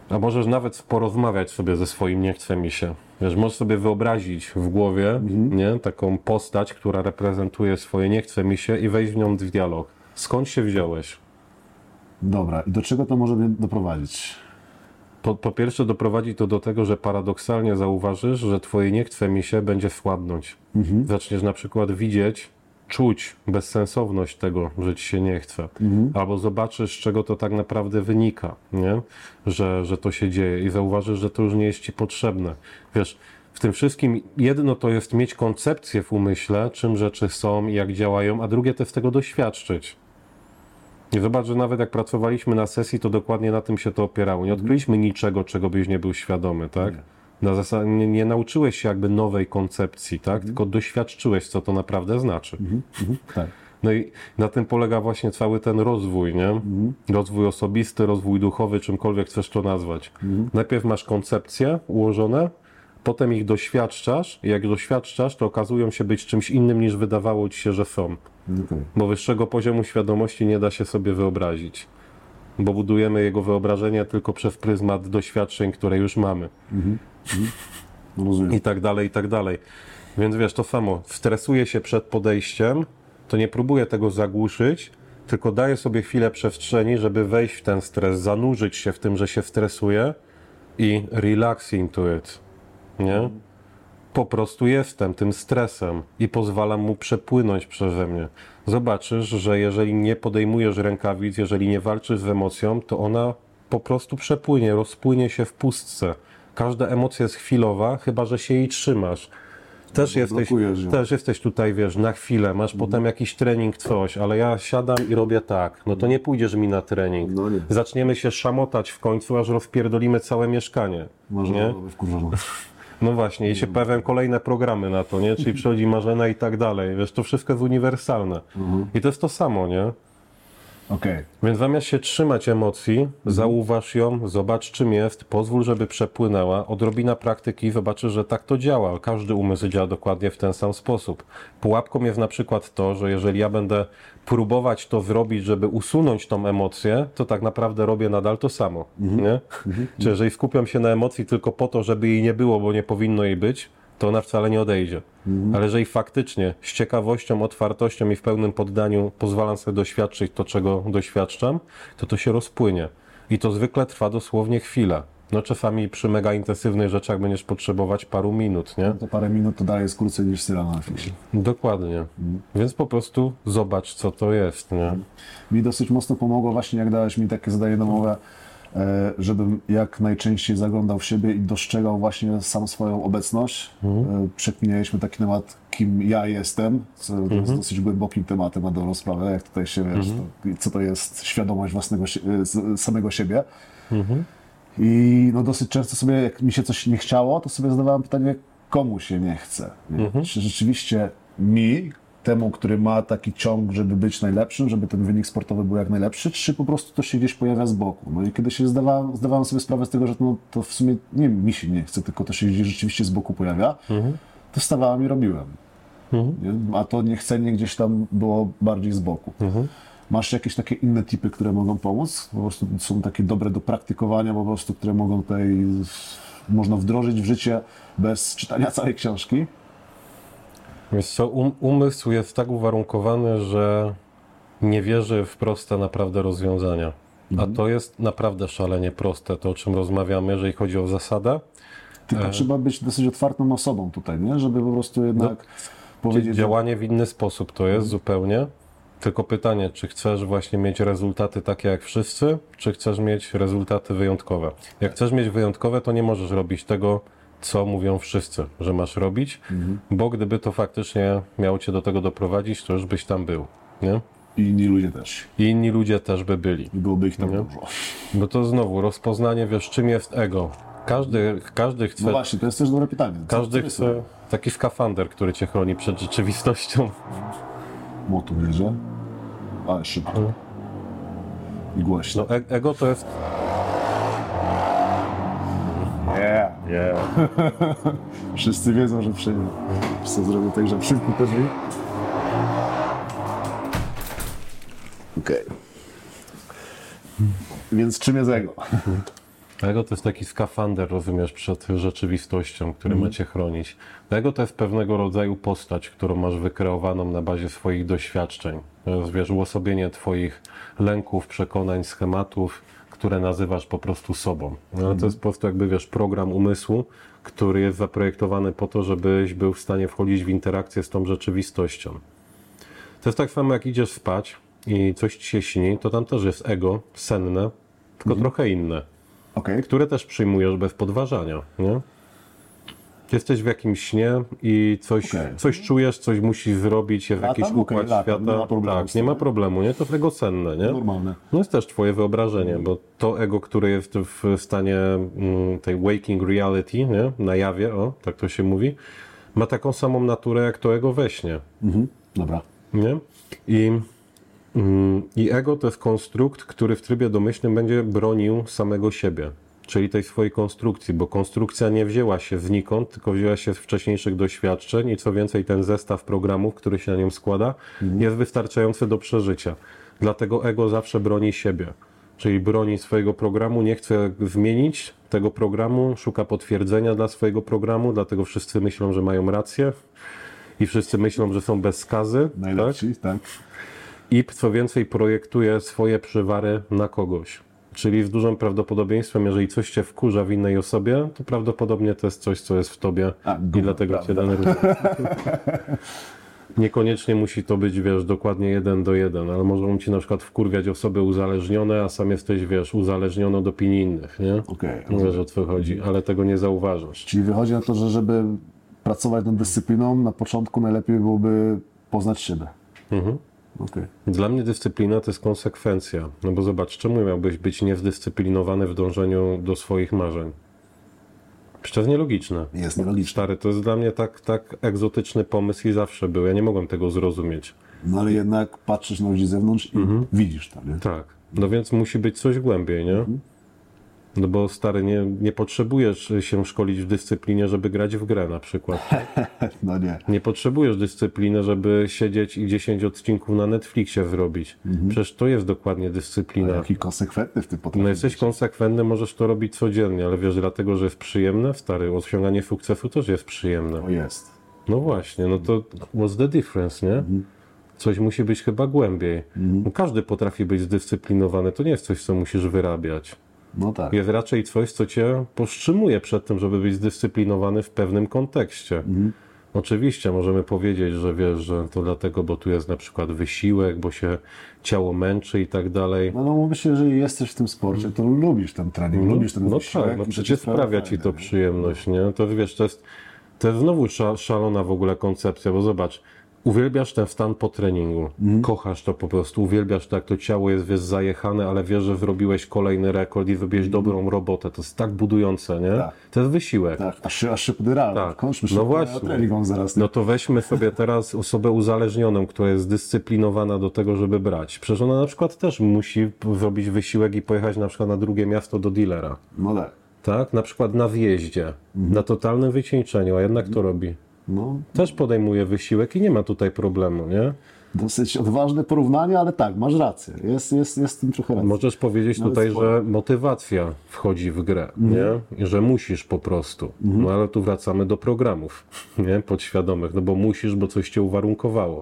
A możesz nawet porozmawiać sobie ze swoim nie chce mi się. Wiesz, możesz sobie wyobrazić w głowie, nie, taką postać, która reprezentuje swoje nie chce mi się i wejść w nią w dialog. Skąd się wziąłeś? Dobra, i do czego to może mnie doprowadzić? Po pierwsze doprowadzi to do tego, że paradoksalnie zauważysz, że twoje nie chce mi się będzie słabnąć. Zaczniesz na przykład widzieć, czuć bezsensowność tego, że ci się nie chce. Albo zobaczysz, z czego to tak naprawdę wynika, nie? Że to się dzieje i zauważysz, że to już nie jest ci potrzebne. Wiesz, w tym wszystkim jedno to jest mieć koncepcję w umyśle, czym rzeczy są i jak działają, a drugie to jest tego doświadczyć. I zobacz, że nawet jak pracowaliśmy na sesji, to dokładnie na tym się to opierało. Nie odkryliśmy niczego, czego byś nie był świadomy, tak? Na zasadzie nie nauczyłeś się jakby nowej koncepcji, tak? Tylko doświadczyłeś, co to naprawdę znaczy. Tak. No i na tym polega właśnie cały ten rozwój, nie? Rozwój osobisty, rozwój duchowy, czymkolwiek chcesz to nazwać. Najpierw masz koncepcje ułożone, potem ich doświadczasz i jak doświadczasz, to okazują się być czymś innym, niż wydawało ci się, że są. Bo wyższego poziomu świadomości nie da się sobie wyobrazić. Bo budujemy jego wyobrażenie tylko przez pryzmat doświadczeń, które już mamy. Rozumiem. I tak dalej, i tak dalej. Więc wiesz, to samo. Stresuję się przed podejściem, to nie próbuję tego zagłuszyć, tylko daję sobie chwilę przestrzeni, żeby wejść w ten stres, zanurzyć się w tym, że się stresuję i relax into it. Nie? Po prostu jestem tym stresem i pozwalam mu przepłynąć przeze mnie. Zobaczysz, że jeżeli nie podejmujesz rękawic, jeżeli nie walczysz z emocją, to ona po prostu przepłynie, rozpłynie się w pustce. Każda emocja jest chwilowa, chyba że się jej trzymasz. Też jesteś tutaj, wiesz, na chwilę, masz potem jakiś trening, coś, ale ja siadam i robię tak, no to nie pójdziesz mi na trening. No nie. Zaczniemy się szamotać w końcu, aż rozpierdolimy całe mieszkanie. Może nie? wkurzona. No właśnie, i się pojawiają kolejne programy na to, nie? Czyli przychodzi Marzena i tak dalej. Wiesz, to wszystko jest uniwersalne. I to jest to samo, nie? Okej. Więc zamiast się trzymać emocji, zauważ ją, zobacz czym jest, pozwól, żeby przepłynęła. Odrobina praktyki, zobaczysz, że tak to działa. Każdy umysł działa dokładnie w ten sam sposób. Pułapką jest na przykład to, że jeżeli ja będę próbować to zrobić, żeby usunąć tą emocję, to tak naprawdę robię nadal to samo. Nie? Czy jeżeli skupiam się na emocji tylko po to, żeby jej nie było, bo nie powinno jej być, to ona wcale nie odejdzie. Ale jeżeli faktycznie z ciekawością, otwartością i w pełnym poddaniu pozwalam sobie doświadczyć to, czego doświadczam, to się rozpłynie. I to zwykle trwa dosłownie chwilę. No czasami przy mega intensywnych rzeczach będziesz potrzebować paru minut, nie? To parę minut to daje krócej niż serial na Netflixie. Dokładnie. Więc po prostu zobacz, co to jest, nie? Mi dosyć mocno pomogło właśnie, jak dałeś mi takie zadanie domowe, żebym jak najczęściej zaglądał w siebie i dostrzegał właśnie sam swoją obecność. Przekminialiśmy taki temat, kim ja jestem, co to jest dosyć głębokim tematem na dobrą sprawę, jak tutaj się wiesz, co to jest świadomość samego siebie. I no dosyć często sobie, jak mi się coś nie chciało, to sobie zadawałem pytanie, komu się nie chce. Nie? Czy rzeczywiście mi, temu, który ma taki ciąg, żeby być najlepszym, żeby ten wynik sportowy był jak najlepszy, czy po prostu to się gdzieś pojawia z boku. No i kiedy się zdawałem sobie sprawę z tego, że no, to w sumie nie mi się nie chce, tylko to się gdzieś rzeczywiście z boku pojawia, to wstawałem i robiłem. Nie? A to niechcenie gdzieś tam było bardziej z boku. Masz jakieś takie inne tipy, które mogą pomóc? Po prostu są takie dobre do praktykowania, po prostu, które mogą tutaj można wdrożyć w życie bez czytania całej książki? Wiesz co, umysł jest tak uwarunkowany, że nie wierzy w proste naprawdę rozwiązania. A to jest naprawdę szalenie proste, to o czym rozmawiamy, jeżeli chodzi o zasadę. Tylko trzeba być dosyć otwartą osobą tutaj, nie? Żeby po prostu jednak powiedzieć... Działanie w inny sposób to jest zupełnie. Tylko pytanie, czy chcesz właśnie mieć rezultaty takie jak wszyscy, czy chcesz mieć rezultaty wyjątkowe. Jak chcesz mieć wyjątkowe, to nie możesz robić tego, co mówią wszyscy, że masz robić, bo gdyby to faktycznie miało cię do tego doprowadzić, to już byś tam był, nie? I inni ludzie też. I inni ludzie też by byli. I byłoby ich tam dużo. Bo to znowu, rozpoznanie, wiesz, czym jest ego. Każdy chce... No właśnie, to jest też dobre pytanie. Każdy chce taki skafander, który cię chroni przed rzeczywistością. Motu bierze, ale szybko. I głośno. No ego to jest... Wszyscy wiedzą, że przyjdzie. Co zrobię tak, że przymknę te drzwi. Okej. Więc czym jest ego? Ego to jest taki skafander, rozumiesz, przed rzeczywistością, który ma cię chronić. Ego to jest pewnego rodzaju postać, którą masz wykreowaną na bazie swoich doświadczeń. To jest, wiesz, uosobienie twoich lęków, przekonań, schematów, które nazywasz po prostu sobą. Ale to jest po prostu jakby, wiesz, program umysłu, który jest zaprojektowany po to, żebyś był w stanie wchodzić w interakcję z tą rzeczywistością. To jest tak samo, jak idziesz spać i coś ci się śni, to tam też jest ego, senne, tylko trochę inne, Okej. które też przyjmujesz bez podważania, nie? Jesteś w jakimś śnie i coś czujesz, coś musisz zrobić, jest jakiś układ latam, świata. nie ma problemu Tak, z nie tym, ma nie? problemu, nie? To jest ego senne, nie? Normalne. No jest też twoje wyobrażenie, bo to ego, które jest w stanie tej waking reality, nie? Na jawie, o, tak to się mówi, ma taką samą naturę jak to ego we śnie, Dobra. nie? I ego to jest konstrukt, który w trybie domyślnym będzie bronił samego siebie, czyli tej swojej konstrukcji, bo konstrukcja nie wzięła się znikąd, tylko wzięła się z wcześniejszych doświadczeń i co więcej ten zestaw programów, który się na nią składa, jest wystarczający do przeżycia. Dlatego ego zawsze broni siebie, czyli broni swojego programu, nie chce zmienić tego programu, szuka potwierdzenia dla swojego programu, dlatego wszyscy myślą, że mają rację i wszyscy myślą, że są bez skazy. Tak? Najlepsi, tak? I co więcej projektuje swoje przywary na kogoś. Czyli z dużym prawdopodobieństwem, jeżeli coś cię wkurza w innej osobie, to prawdopodobnie to jest coś, co jest w tobie i dlatego cię denerwuje. Niekoniecznie musi to być, wiesz, dokładnie 1:1, ale mogą ci na przykład wkurwiać osoby uzależnione, a sam jesteś, wiesz, uzależniony od opinii innych, nie? Okej. Wiesz, o co chodzi, ale tego nie zauważasz. Czyli wychodzi na to, że żeby pracować nad dyscypliną, na początku najlepiej byłoby poznać siebie. Okej. Dla mnie dyscyplina to jest konsekwencja. No bo zobacz, czemu miałbyś być niezdyscyplinowany w dążeniu do swoich marzeń? Przecież to jest nielogiczne. Jest nielogiczne. Stary, to jest dla mnie tak egzotyczny pomysł i zawsze był. Ja nie mogłem tego zrozumieć. No ale jednak patrzysz na ludzi z zewnątrz i widzisz to, nie? Tak. No więc musi być coś głębiej, nie? No bo stary, nie potrzebujesz się szkolić w dyscyplinie, żeby grać w grę na przykład. No nie. Nie potrzebujesz dyscypliny, żeby siedzieć i 10 odcinków na Netflixie zrobić. Przecież to jest dokładnie dyscyplina. Jaki konsekwentny w tym potrafisz. No jesteś konsekwentny, możesz to robić codziennie, ale wiesz, dlatego, że jest przyjemne, stary, osiąganie sukcesu też jest przyjemne. O jest. No właśnie, no to what's the difference, nie? Coś musi być chyba głębiej. No każdy potrafi być zdyscyplinowany, to nie jest coś, co musisz wyrabiać. No tak. Jest raczej coś, co cię powstrzymuje przed tym, żeby być zdyscyplinowany w pewnym kontekście. Oczywiście możemy powiedzieć, że wiesz, że to dlatego, bo tu jest na przykład wysiłek, bo się ciało męczy i tak dalej. No mówmy się, jeżeli jesteś w tym sporcie, to lubisz ten trening, lubisz ten No wysiłek. tak, no i to przecież ci sprawia ci to przyjemność, nie? To wiesz, to jest znowu szalona w ogóle koncepcja, bo zobacz, uwielbiasz ten stan po treningu, kochasz to po prostu, uwielbiasz to, jak to ciało jest, wiesz, zajechane, ale wiesz, że zrobiłeś kolejny rekord i zrobiłeś dobrą robotę, to jest tak budujące, nie? Tak. To jest wysiłek. Tak, aż się podyrałem. Tak. Kończmy No szybko, właśnie. ja trening mam zaraz. No to weźmy sobie teraz osobę uzależnioną, która jest zdyscyplinowana do tego, żeby brać. Przecież ona na przykład też musi zrobić wysiłek i pojechać na przykład na drugie miasto do dealera. No tak. Tak? Na przykład na wjeździe, na totalnym wycieńczeniu, a jednak to robi. No, Też podejmuje wysiłek i nie ma tutaj problemu, nie? dosyć odważne porównanie, ale tak, masz rację. Jest w tym trochę racji. Możesz powiedzieć Nawet tutaj, sporo. że motywacja wchodzi w grę, nie? I że musisz po prostu. No ale tu wracamy do programów, nie? Podświadomych, no bo musisz, bo coś cię uwarunkowało.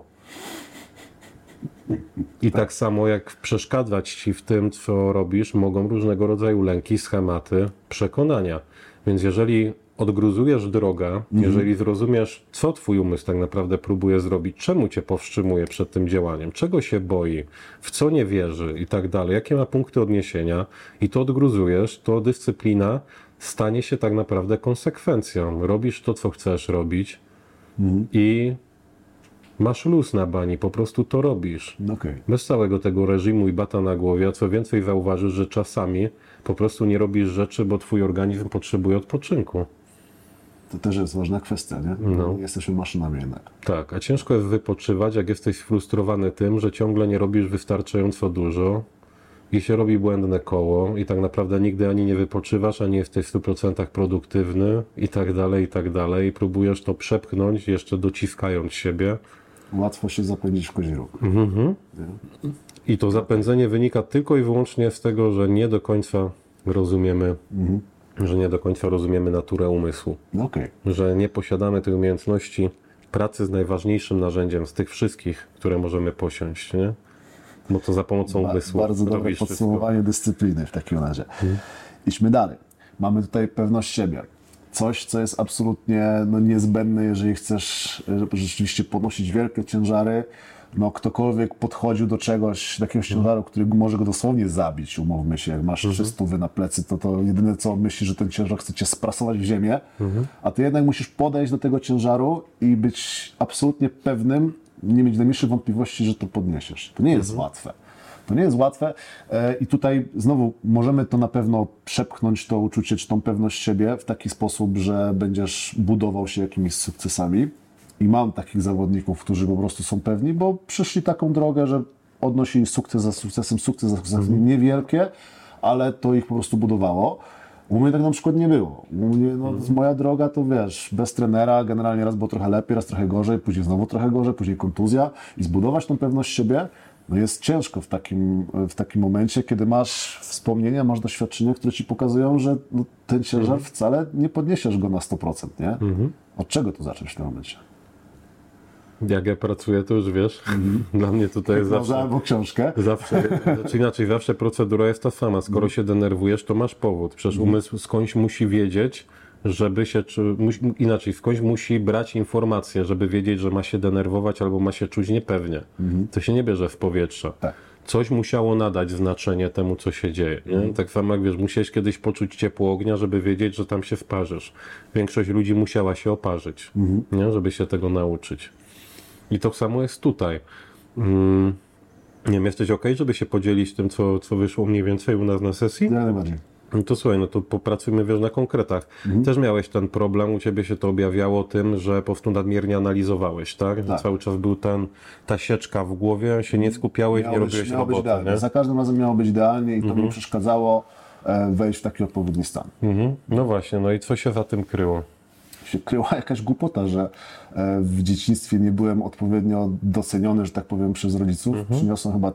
I tak samo jak przeszkadzać ci w tym, co robisz, mogą różnego rodzaju lęki, schematy, przekonania. Więc jeżeli odgruzujesz drogę, jeżeli zrozumiesz, co twój umysł tak naprawdę próbuje zrobić, czemu cię powstrzymuje przed tym działaniem, czego się boi, w co nie wierzy i tak dalej, jakie ma punkty odniesienia i to odgruzujesz, to dyscyplina stanie się tak naprawdę konsekwencją. Robisz to, co chcesz robić i masz luz na bani, po prostu to robisz. Okej. Bez całego tego reżimu i bata na głowie, a co więcej zauważysz, że czasami po prostu nie robisz rzeczy, bo twój organizm potrzebuje odpoczynku. To też jest ważna kwestia, nie? No. Jesteśmy maszynami jednak. Tak, a ciężko jest wypoczywać, jak jesteś sfrustrowany tym, że ciągle nie robisz wystarczająco dużo i się robi błędne koło i tak naprawdę nigdy ani nie wypoczywasz, ani jesteś w 100% produktywny i tak dalej, i tak dalej. I próbujesz to przepchnąć, jeszcze dociskając siebie. Łatwo się zapędzić w kozi róg. I to zapędzenie wynika tylko i wyłącznie z tego, że nie do końca rozumiemy, że nie do końca rozumiemy naturę umysłu. Okej. Że nie posiadamy tej umiejętności pracy z najważniejszym narzędziem z tych wszystkich, które możemy posiąść, nie? Bo to za pomocą umysłu Bardzo dobre robisz podsumowanie dyscypliny w takim razie. Idźmy dalej. Mamy tutaj pewność siebie. Coś, co jest absolutnie niezbędne, jeżeli chcesz rzeczywiście podnosić wielkie ciężary. Ktokolwiek podchodził do czegoś, do jakiegoś ciężaru, który może go dosłownie zabić, umówmy się, jak masz 300 na plecy, to jedyne co myślisz, że ten ciężar chce cię sprasować w ziemię, a ty jednak musisz podejść do tego ciężaru i być absolutnie pewnym, nie mieć najmniejszych wątpliwości, że to podniesiesz. To nie jest łatwe. To nie jest łatwe i tutaj znowu możemy to na pewno przepchnąć, to uczucie, czy tą pewność siebie w taki sposób, że będziesz budował się jakimiś sukcesami. I mam takich zawodników, którzy po prostu są pewni, bo przyszli taką drogę, że odnosili sukces za sukcesem niewielkie, ale to ich po prostu budowało. U mnie tak na przykład nie było. U mnie, moja droga to wiesz, bez trenera, generalnie raz było trochę lepiej, raz trochę gorzej, później znowu trochę gorzej, później kontuzja i zbudować tą pewność siebie jest ciężko w takim momencie, kiedy masz wspomnienia, masz doświadczenia, które ci pokazują, że ten ciężar wcale nie podniesiesz go na 100%, nie? Od czego tu zacząć w tym momencie? Jak ja pracuję, to już wiesz, dla mnie tutaj jest zawsze... albo książkę. Znaczy inaczej, zawsze procedura jest ta sama. Skoro się denerwujesz, to masz powód. Przecież umysł skądś musi wiedzieć, żeby się... skądś musi brać informacje, żeby wiedzieć, że ma się denerwować albo ma się czuć niepewnie. To się nie bierze w powietrze. Tak. Coś musiało nadać znaczenie temu, co się dzieje. Nie? Tak samo jak wiesz, musiałeś kiedyś poczuć ciepło ognia, żeby wiedzieć, że tam się wparzysz. Większość ludzi musiała się oparzyć, nie? Żeby się tego nauczyć. I to samo jest tutaj. Nie wiem, jesteś okej, żeby się podzielić tym, co wyszło mniej więcej u nas na sesji? Ja najbardziej. No to słuchaj, to popracujmy, wiesz, na konkretach. Też miałeś ten problem, u ciebie się to objawiało tym, że po prostu nadmiernie analizowałeś, tak? Że cały czas był ta sieczka w głowie, się nie skupiałeś, nie robiłeś roboty, nie? Za każdym razem miało być idealnie i to mi przeszkadzało wejść w taki odpowiedni stan. No właśnie, no i co się za tym kryło? Się kryła jakaś głupota, że w dzieciństwie nie byłem odpowiednio doceniony, że tak powiem, przez rodziców. Przyniosłem chyba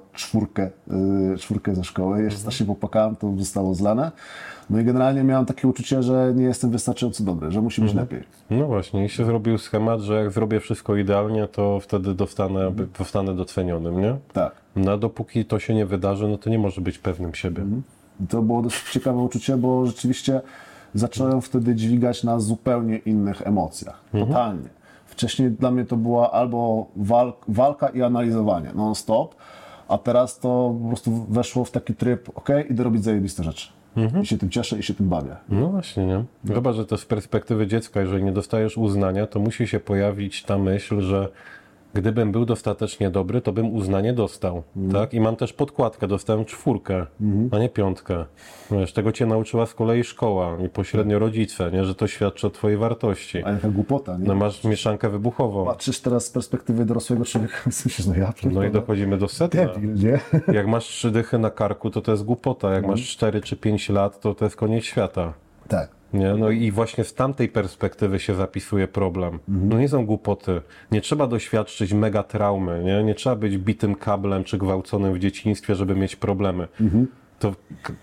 czwórkę ze szkoły. Jeszcze strasznie popłakałem, to zostało zlane. No i generalnie miałem takie uczucie, że nie jestem wystarczająco dobry, że musi być lepiej. No właśnie, i się zrobił schemat, że jak zrobię wszystko idealnie, to wtedy zostanę docenionym, nie? Tak. No a dopóki to się nie wydarzy, no to nie może być pewnym siebie. I to było dość ciekawe uczucie, bo rzeczywiście zacząłem wtedy dźwigać na zupełnie innych emocjach. Totalnie. Wcześniej dla mnie to była albo walka i analizowanie non-stop, a teraz to po prostu weszło w taki tryb, idę robić zajebiste rzeczy. I się tym cieszę i się tym bawię. No właśnie, nie? Chyba, że to z perspektywy dziecka, jeżeli nie dostajesz uznania, to musi się pojawić ta myśl, że gdybym był dostatecznie dobry, to bym uznanie dostał, tak? I mam też podkładkę, dostałem 4, a nie 5. Wiesz, tego cię nauczyła z kolei szkoła i pośrednio rodzice, nie? Że to świadczy o twojej wartości. A jaka głupota, nie? No masz mieszankę wybuchową. Patrzysz teraz z perspektywy dorosłego człowieka i myślisz, No i dochodzimy do sedna. Debil, nie? Jak masz 3 dychy na karku, to jest głupota. Jak masz 4 czy 5 lat, to jest koniec świata. Tak. Nie? No i właśnie z tamtej perspektywy się zapisuje problem. No nie są głupoty. Nie trzeba doświadczyć mega traumy, nie trzeba być bitym kablem czy gwałconym w dzieciństwie, żeby mieć problemy. To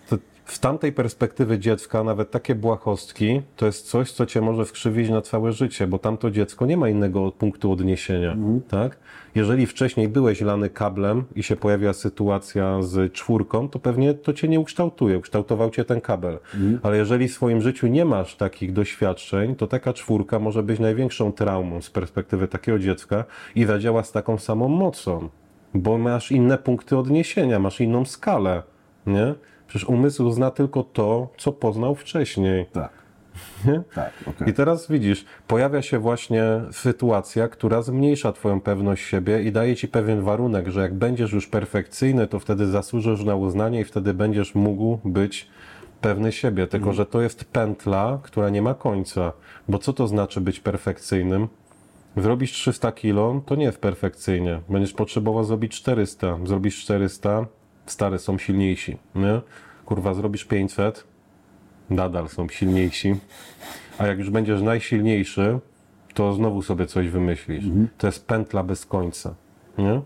z tamtej perspektywy dziecka nawet takie błahostki to jest coś, co cię może wkrzywić na całe życie, bo tamto dziecko nie ma innego punktu odniesienia, tak? Jeżeli wcześniej byłeś lany kablem i się pojawiła sytuacja z 4, to pewnie to cię nie ukształtuje, ukształtował cię ten kabel. Ale jeżeli w swoim życiu nie masz takich doświadczeń, to taka 4 może być największą traumą z perspektywy takiego dziecka i zadziała z taką samą mocą, bo masz inne punkty odniesienia, masz inną skalę, nie? Przecież umysł zna tylko to, co poznał wcześniej. Tak. Nie? Tak, okej. I teraz widzisz, pojawia się właśnie sytuacja, która zmniejsza twoją pewność siebie i daje ci pewien warunek, że jak będziesz już perfekcyjny, to wtedy zasłużysz na uznanie i wtedy będziesz mógł być pewny siebie. Tylko, że to jest pętla, która nie ma końca. Bo co to znaczy być perfekcyjnym? Zrobisz 300 kilo, to nie jest perfekcyjnie. Będziesz potrzebował zrobić 400. Zrobisz 400, stare są silniejsi, nie? Kurwa, zrobisz 500, nadal są silniejsi. A jak już będziesz najsilniejszy, to znowu sobie coś wymyślisz. To jest pętla bez końca, nie?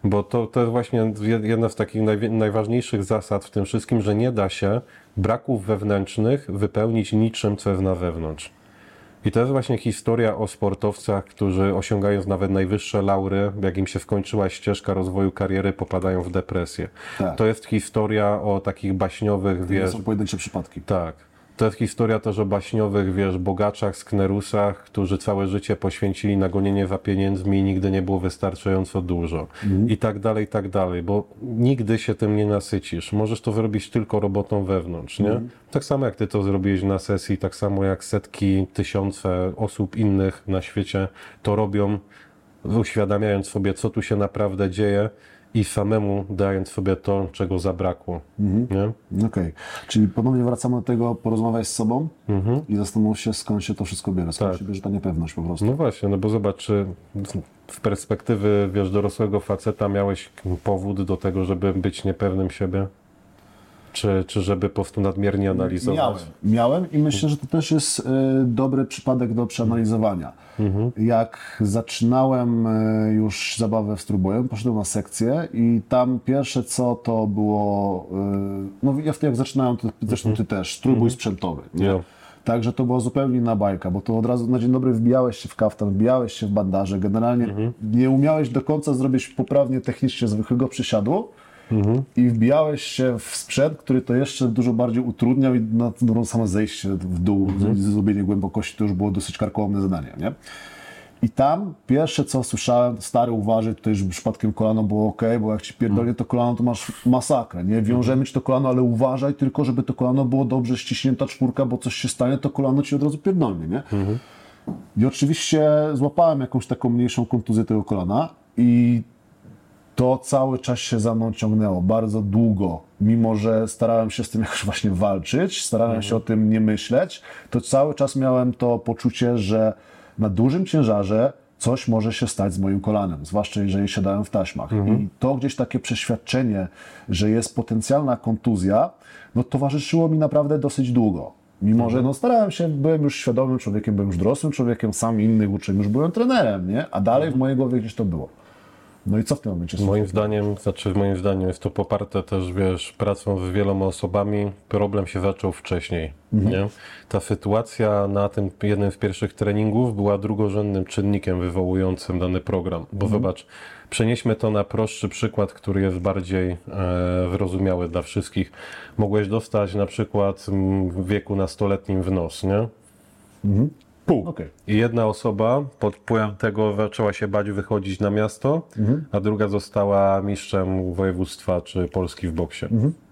Bo to jest właśnie jedna z takich najważniejszych zasad w tym wszystkim, że nie da się braków wewnętrznych wypełnić niczym, co jest na wewnątrz. I to jest właśnie historia o sportowcach, którzy osiągając nawet najwyższe laury, jak im się skończyła ścieżka rozwoju kariery, popadają w depresję. Tak. To jest historia o takich baśniowych, To są pojedyncze przypadki. Tak. To jest historia też o baśniowych, bogaczach, sknerusach, którzy całe życie poświęcili na gonienie za pieniędzmi i nigdy nie było wystarczająco dużo. I tak dalej, bo nigdy się tym nie nasycisz. Możesz to zrobić tylko robotą wewnątrz, nie? Tak samo jak ty to zrobiłeś na sesji, tak samo jak setki, tysiące osób innych na świecie to robią, uświadamiając sobie, co tu się naprawdę dzieje i samemu dając sobie to, czego zabrakło. Nie? Okej. Czyli ponownie wracamy do tego, porozmawiać z sobą i zastanów się, skąd się to wszystko bierze, skąd się bierze ta niepewność po prostu. No właśnie, no bo zobacz, czy z perspektywy, dorosłego faceta miałeś powód do tego, żeby być niepewnym siebie? Czy żeby po prostu nadmiernie analizować? Miałem i myślę, że to też jest dobry przypadek do przeanalizowania. Jak zaczynałem już zabawę z trójbojem, poszedłem na sekcję i tam pierwsze co to było, no ja wtedy jak zaczynałem, to zresztą ty też, trójbój sprzętowy. Nie? Ja. Także to była zupełnie inna bajka, bo to od razu na dzień dobry wbijałeś się w kaftan, wbijałeś się w bandaże, generalnie nie umiałeś do końca zrobić poprawnie technicznie zwykłego przysiadu, i wbijałeś się w sprzęt, który to jeszcze dużo bardziej utrudniał i na samo zejście w dół, zrobienie głębokości to już było dosyć karkołomne zadanie, nie? I tam pierwsze co słyszałem, stary uważaj, tutaj już przypadkiem kolano było ok, bo jak ci pierdolnie to kolano, to masz masakrę, nie? Wiążemy ci to kolano, ale uważaj tylko, żeby to kolano było dobrze ściśnięta czwórka, bo coś się stanie, to kolano ci od razu pierdolnie, nie? I oczywiście złapałem jakąś taką mniejszą kontuzję tego kolana i to cały czas się za mną ciągnęło, bardzo długo. Mimo że starałem się z tym jakoś właśnie walczyć, starałem się o tym nie myśleć, to cały czas miałem to poczucie, że na dużym ciężarze coś może się stać z moim kolanem, zwłaszcza jeżeli siadałem w taśmach. I to gdzieś takie przeświadczenie, że jest potencjalna kontuzja, no towarzyszyło mi naprawdę dosyć długo. Mimo że no starałem się, byłem już świadomym człowiekiem, byłem już dorosłym człowiekiem, sam innych uczyłem, już byłem trenerem, nie? A dalej w mojej głowie gdzieś to było. No i co w tym momencie? Moim zdaniem jest to poparte też, pracą z wieloma osobami. Problem się zaczął wcześniej, nie? Ta sytuacja na tym jednym z pierwszych treningów była drugorzędnym czynnikiem wywołującym dany program. Bo zobacz, przenieśmy to na prostszy przykład, który jest bardziej wyrozumiały dla wszystkich. Mogłeś dostać na przykład w wieku nastoletnim w nos, nie? Pół. Okay. I jedna osoba pod wpływem tego zaczęła się bać wychodzić na miasto, a druga została mistrzem województwa czy Polski w boksie.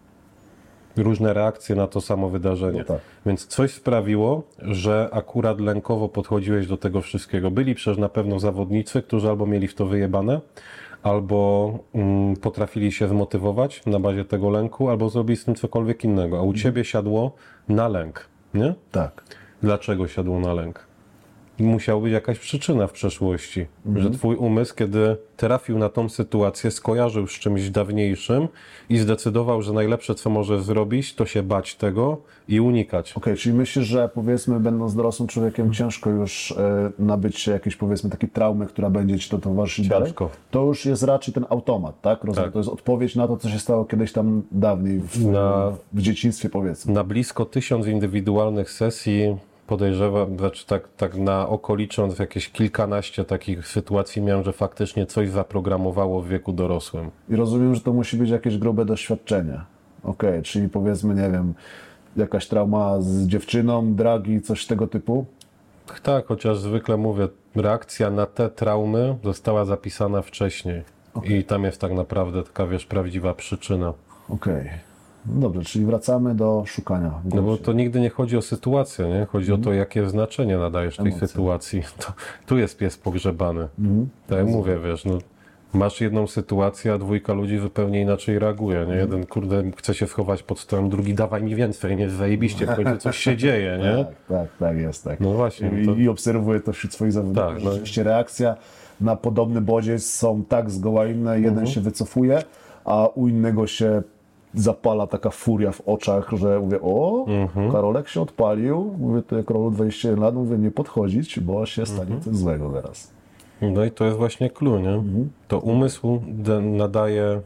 Różne reakcje na to samo wydarzenie. No tak. Więc coś sprawiło, że akurat lękowo podchodziłeś do tego wszystkiego. Byli przecież na pewno zawodnicy, którzy albo mieli w to wyjebane, albo potrafili się zmotywować na bazie tego lęku, albo zrobili z tym cokolwiek innego. A u ciebie siadło na lęk, nie? Tak. Dlaczego siadło na lęk? Musiała być jakaś przyczyna w przeszłości, że twój umysł, kiedy trafił na tą sytuację, skojarzył z czymś dawniejszym i zdecydował, że najlepsze, co może zrobić, to się bać tego i unikać. Okej, czyli myślisz, że powiedzmy, będąc dorosłym człowiekiem, ciężko już nabyć się jakiejś, powiedzmy, takiej traumy, która będzie ci to towarzyszyć dalej? To już jest raczej ten automat, tak? Tak. To jest odpowiedź na to, co się stało kiedyś tam dawniej, w dzieciństwie, powiedzmy. Na blisko 1000 indywidualnych sesji podejrzewam, znaczy tak na oko licząc, jakieś kilkanaście takich sytuacji miałem, że faktycznie coś zaprogramowało w wieku dorosłym. I rozumiem, że to musi być jakieś grube doświadczenie. Okej, czyli powiedzmy, nie wiem, jakaś trauma z dziewczyną, dragi, coś tego typu? Tak, chociaż zwykle mówię, reakcja na te traumy została zapisana wcześniej. I tam jest tak naprawdę taka, prawdziwa przyczyna. Okej. No dobrze, czyli wracamy do szukania. No bo to nigdy nie chodzi o sytuację, nie? Chodzi o to, jakie znaczenie nadajesz tej sytuacji. Tu jest pies pogrzebany. Tak jak mówię, no, masz jedną sytuację, a dwójka ludzi zupełnie inaczej reaguje, nie? Jeden, chce się schować pod stołem, drugi, dawaj mi więcej, nie? Zajebiście, w końcu coś się dzieje, nie? Tak, jest tak. No właśnie. I obserwuję to wśród swoich zawodników. Tak, rzeczywiście reakcja na podobny bodziec są tak zgoła inne, jeden się wycofuje, a u innego się zapala taka furia w oczach, że mówię, Karolek się odpalił, mówię, to jak Karolu 21 lat, mówię, nie podchodzić, bo się stanie coś złego zaraz. No i to jest właśnie clue, nie? To umysł nadaje...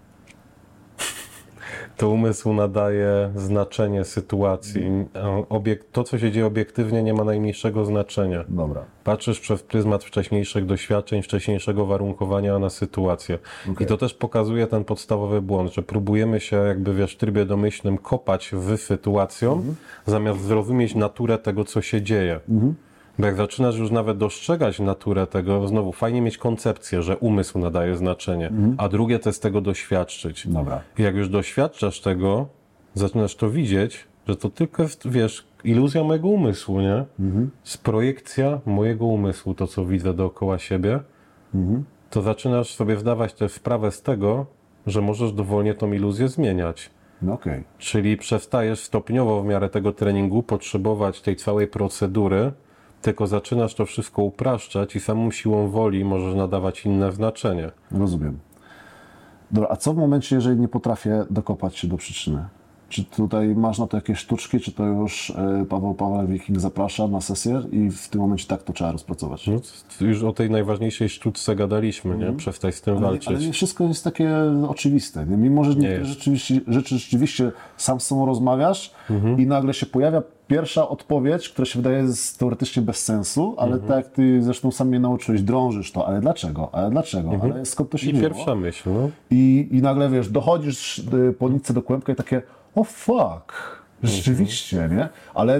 To umysł nadaje znaczenie sytuacji. To, co się dzieje obiektywnie, nie ma najmniejszego znaczenia. Dobra. Patrzysz przez pryzmat wcześniejszych doświadczeń, wcześniejszego warunkowania na sytuację. I to też pokazuje ten podstawowy błąd, że próbujemy się jakby, wiesz, w trybie domyślnym kopać w sytuacją, zamiast zrozumieć naturę tego, co się dzieje. Bo jak zaczynasz już nawet dostrzegać naturę tego, znowu fajnie mieć koncepcję, że umysł nadaje znaczenie, a drugie to jest tego doświadczyć. Dobra. I jak już doświadczasz tego, zaczynasz to widzieć, że to tylko jest, wiesz, iluzja mojego umysłu, nie? Z projekcja mojego umysłu, to co widzę dookoła siebie, to zaczynasz sobie zdawać też sprawę z tego, że możesz dowolnie tą iluzję zmieniać. No okej. Czyli przestajesz stopniowo w miarę tego treningu potrzebować tej całej procedury, tylko zaczynasz to wszystko upraszczać i samą siłą woli możesz nadawać inne znaczenie. Rozumiem. Dobra, a co w momencie, jeżeli nie potrafię dokopać się do przyczyny? Czy tutaj masz na to jakieś sztuczki, czy to już Paweł Wiking zaprasza na sesję i w tym momencie tak to trzeba rozpracować? No, już o tej najważniejszej sztuczce gadaliśmy, nie? Przestań z tym walczyć. Ale nie wszystko jest takie oczywiste. Nie? Mimo, że niektóre rzeczy rzeczywiście sam z sobą rozmawiasz i nagle się pojawia pierwsza odpowiedź, która się wydaje teoretycznie bez sensu, ale tak jak ty zresztą sam mnie nauczyłeś, drążysz to, ale dlaczego? Ale skąd to się I wzięło? pierwsza myśl, no. I nagle, wiesz, dochodzisz po nitce do kłębka i takie, o fuck, rzeczywiście, nie? Ale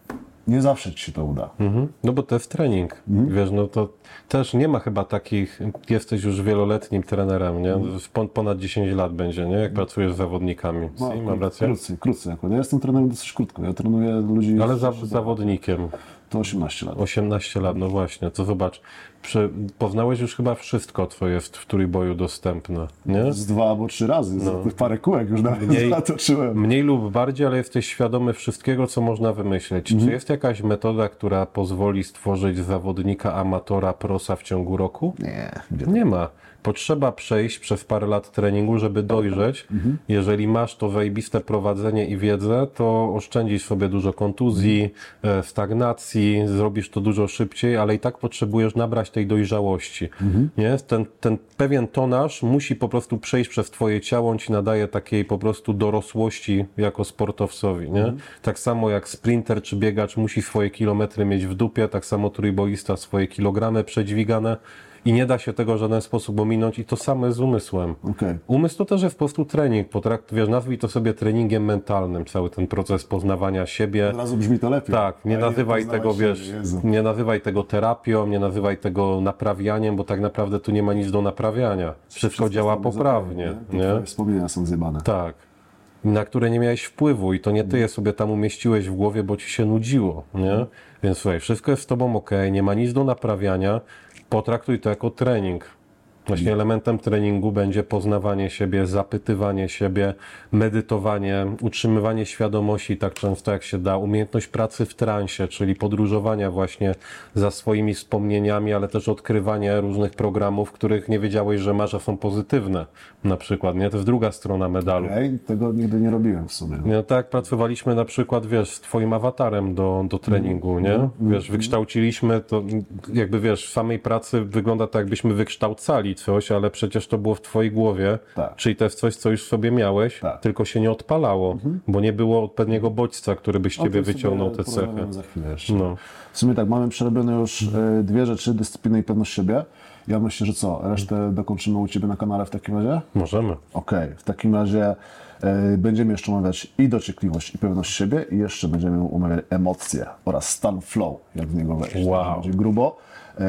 nie zawsze ci się to uda. No bo to jest trening, wiesz, no to też nie ma chyba takich, jesteś już wieloletnim trenerem, nie? Ponad 10 lat będzie, nie? Jak pracujesz z zawodnikami. No, Mam rację? Krócej akurat. Ja jestem trenerem dosyć krótko. Ja trenuję ludzi... Ale zawodnikiem. To 18 lat. 18 lat, no właśnie, to zobacz. Poznałeś już chyba wszystko, co jest w trójboju dostępne, nie? Z 2 albo 3 razy, z parę kółek już nawet zatoczyłem. Mniej lub bardziej, ale jesteś świadomy wszystkiego, co można wymyśleć. Czy jest jakaś metoda, która pozwoli stworzyć zawodnika, amatora, prosa w ciągu roku? Nie ma. Potrzeba przejść przez parę lat treningu, żeby dojrzeć. Jeżeli masz to zajebiste prowadzenie i wiedzę, to oszczędzisz sobie dużo kontuzji, stagnacji, zrobisz to dużo szybciej, ale i tak potrzebujesz nabrać tej dojrzałości. Nie? Ten pewien tonaż musi po prostu przejść przez twoje ciało, on ci nadaje takiej po prostu dorosłości jako sportowcowi. Nie? Tak samo jak sprinter czy biegacz musi swoje kilometry mieć w dupie, tak samo trójboista swoje kilogramy przedźwigane. I nie da się tego w żaden sposób ominąć i to samo z umysłem. Umysł to też jest po prostu trening. Wiesz, nazwij to sobie treningiem mentalnym, cały ten proces poznawania siebie. Od razu brzmi to lepiej. Tak, nie nazywaj tego, wiesz, nie nazywaj tego terapią, nie nazywaj tego naprawianiem, bo tak naprawdę tu nie ma nic do naprawiania. Wszystko działa poprawnie. Nie? Wspomnienia są zjebane. Tak. Na które nie miałeś wpływu i to nie ty je sobie tam umieściłeś w głowie, bo ci się nudziło, nie? Więc słuchaj, wszystko jest z tobą okej, nie ma nic do naprawiania. Potraktuj to jako trening. Właśnie elementem treningu będzie poznawanie siebie, zapytywanie siebie, medytowanie, utrzymywanie świadomości tak często jak się da, umiejętność pracy w transie, czyli podróżowania właśnie za swoimi wspomnieniami, ale też odkrywanie różnych programów, których nie wiedziałeś, że masz, a są pozytywne na przykład, nie? To jest druga strona medalu. Tego nigdy nie robiłem w sumie. No tak jak pracowaliśmy na przykład, wiesz, z twoim awatarem do treningu, nie? Wiesz, wykształciliśmy to, jakby wiesz, w samej pracy wygląda to jakbyśmy wykształcali coś, ale przecież to było w twojej głowie, czyli to jest coś, co już w sobie miałeś, tylko się nie odpalało, bo nie było odpowiedniego bodźca, który byś ciebie wyciągnął te cechy. Za chwilę jeszcze. W sumie tak, mamy przerobione już dwie rzeczy, dyscyplinę i pewność siebie. Ja myślę, że co, resztę dokończymy u ciebie na kanale w takim razie? Możemy. Okej, w takim razie będziemy jeszcze omawiać i dociekliwość, i pewność siebie, i jeszcze będziemy omawiać emocje oraz stan flow, jak w niego wejść. Wow. Będzie grubo.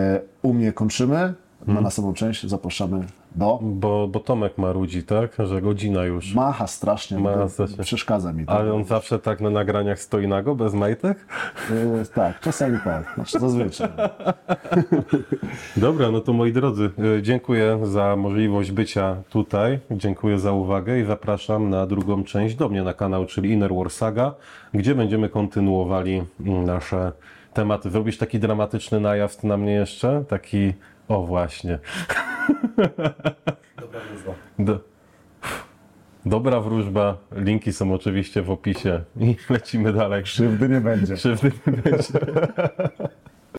U mnie kończymy. Na następną część zapraszamy do... Bo Tomek marudzi, tak? Że godzina już. Macha strasznie, przeszkadza mi to. Ale on zawsze tak na nagraniach stoi nago, bez majtek? Tak, czasami tak, znaczy zazwyczaj. Dobra, no to moi drodzy, dziękuję za możliwość bycia tutaj, dziękuję za uwagę i zapraszam na drugą część do mnie na kanał, czyli Inner War Saga, gdzie będziemy kontynuowali nasze tematy. Zrobisz taki dramatyczny najazd na mnie jeszcze? Taki... O właśnie. Dobra wróżba. Dobra wróżba. Linki są oczywiście w opisie. I lecimy dalej. Krzywdy nie będzie. Krzywdy nie będzie.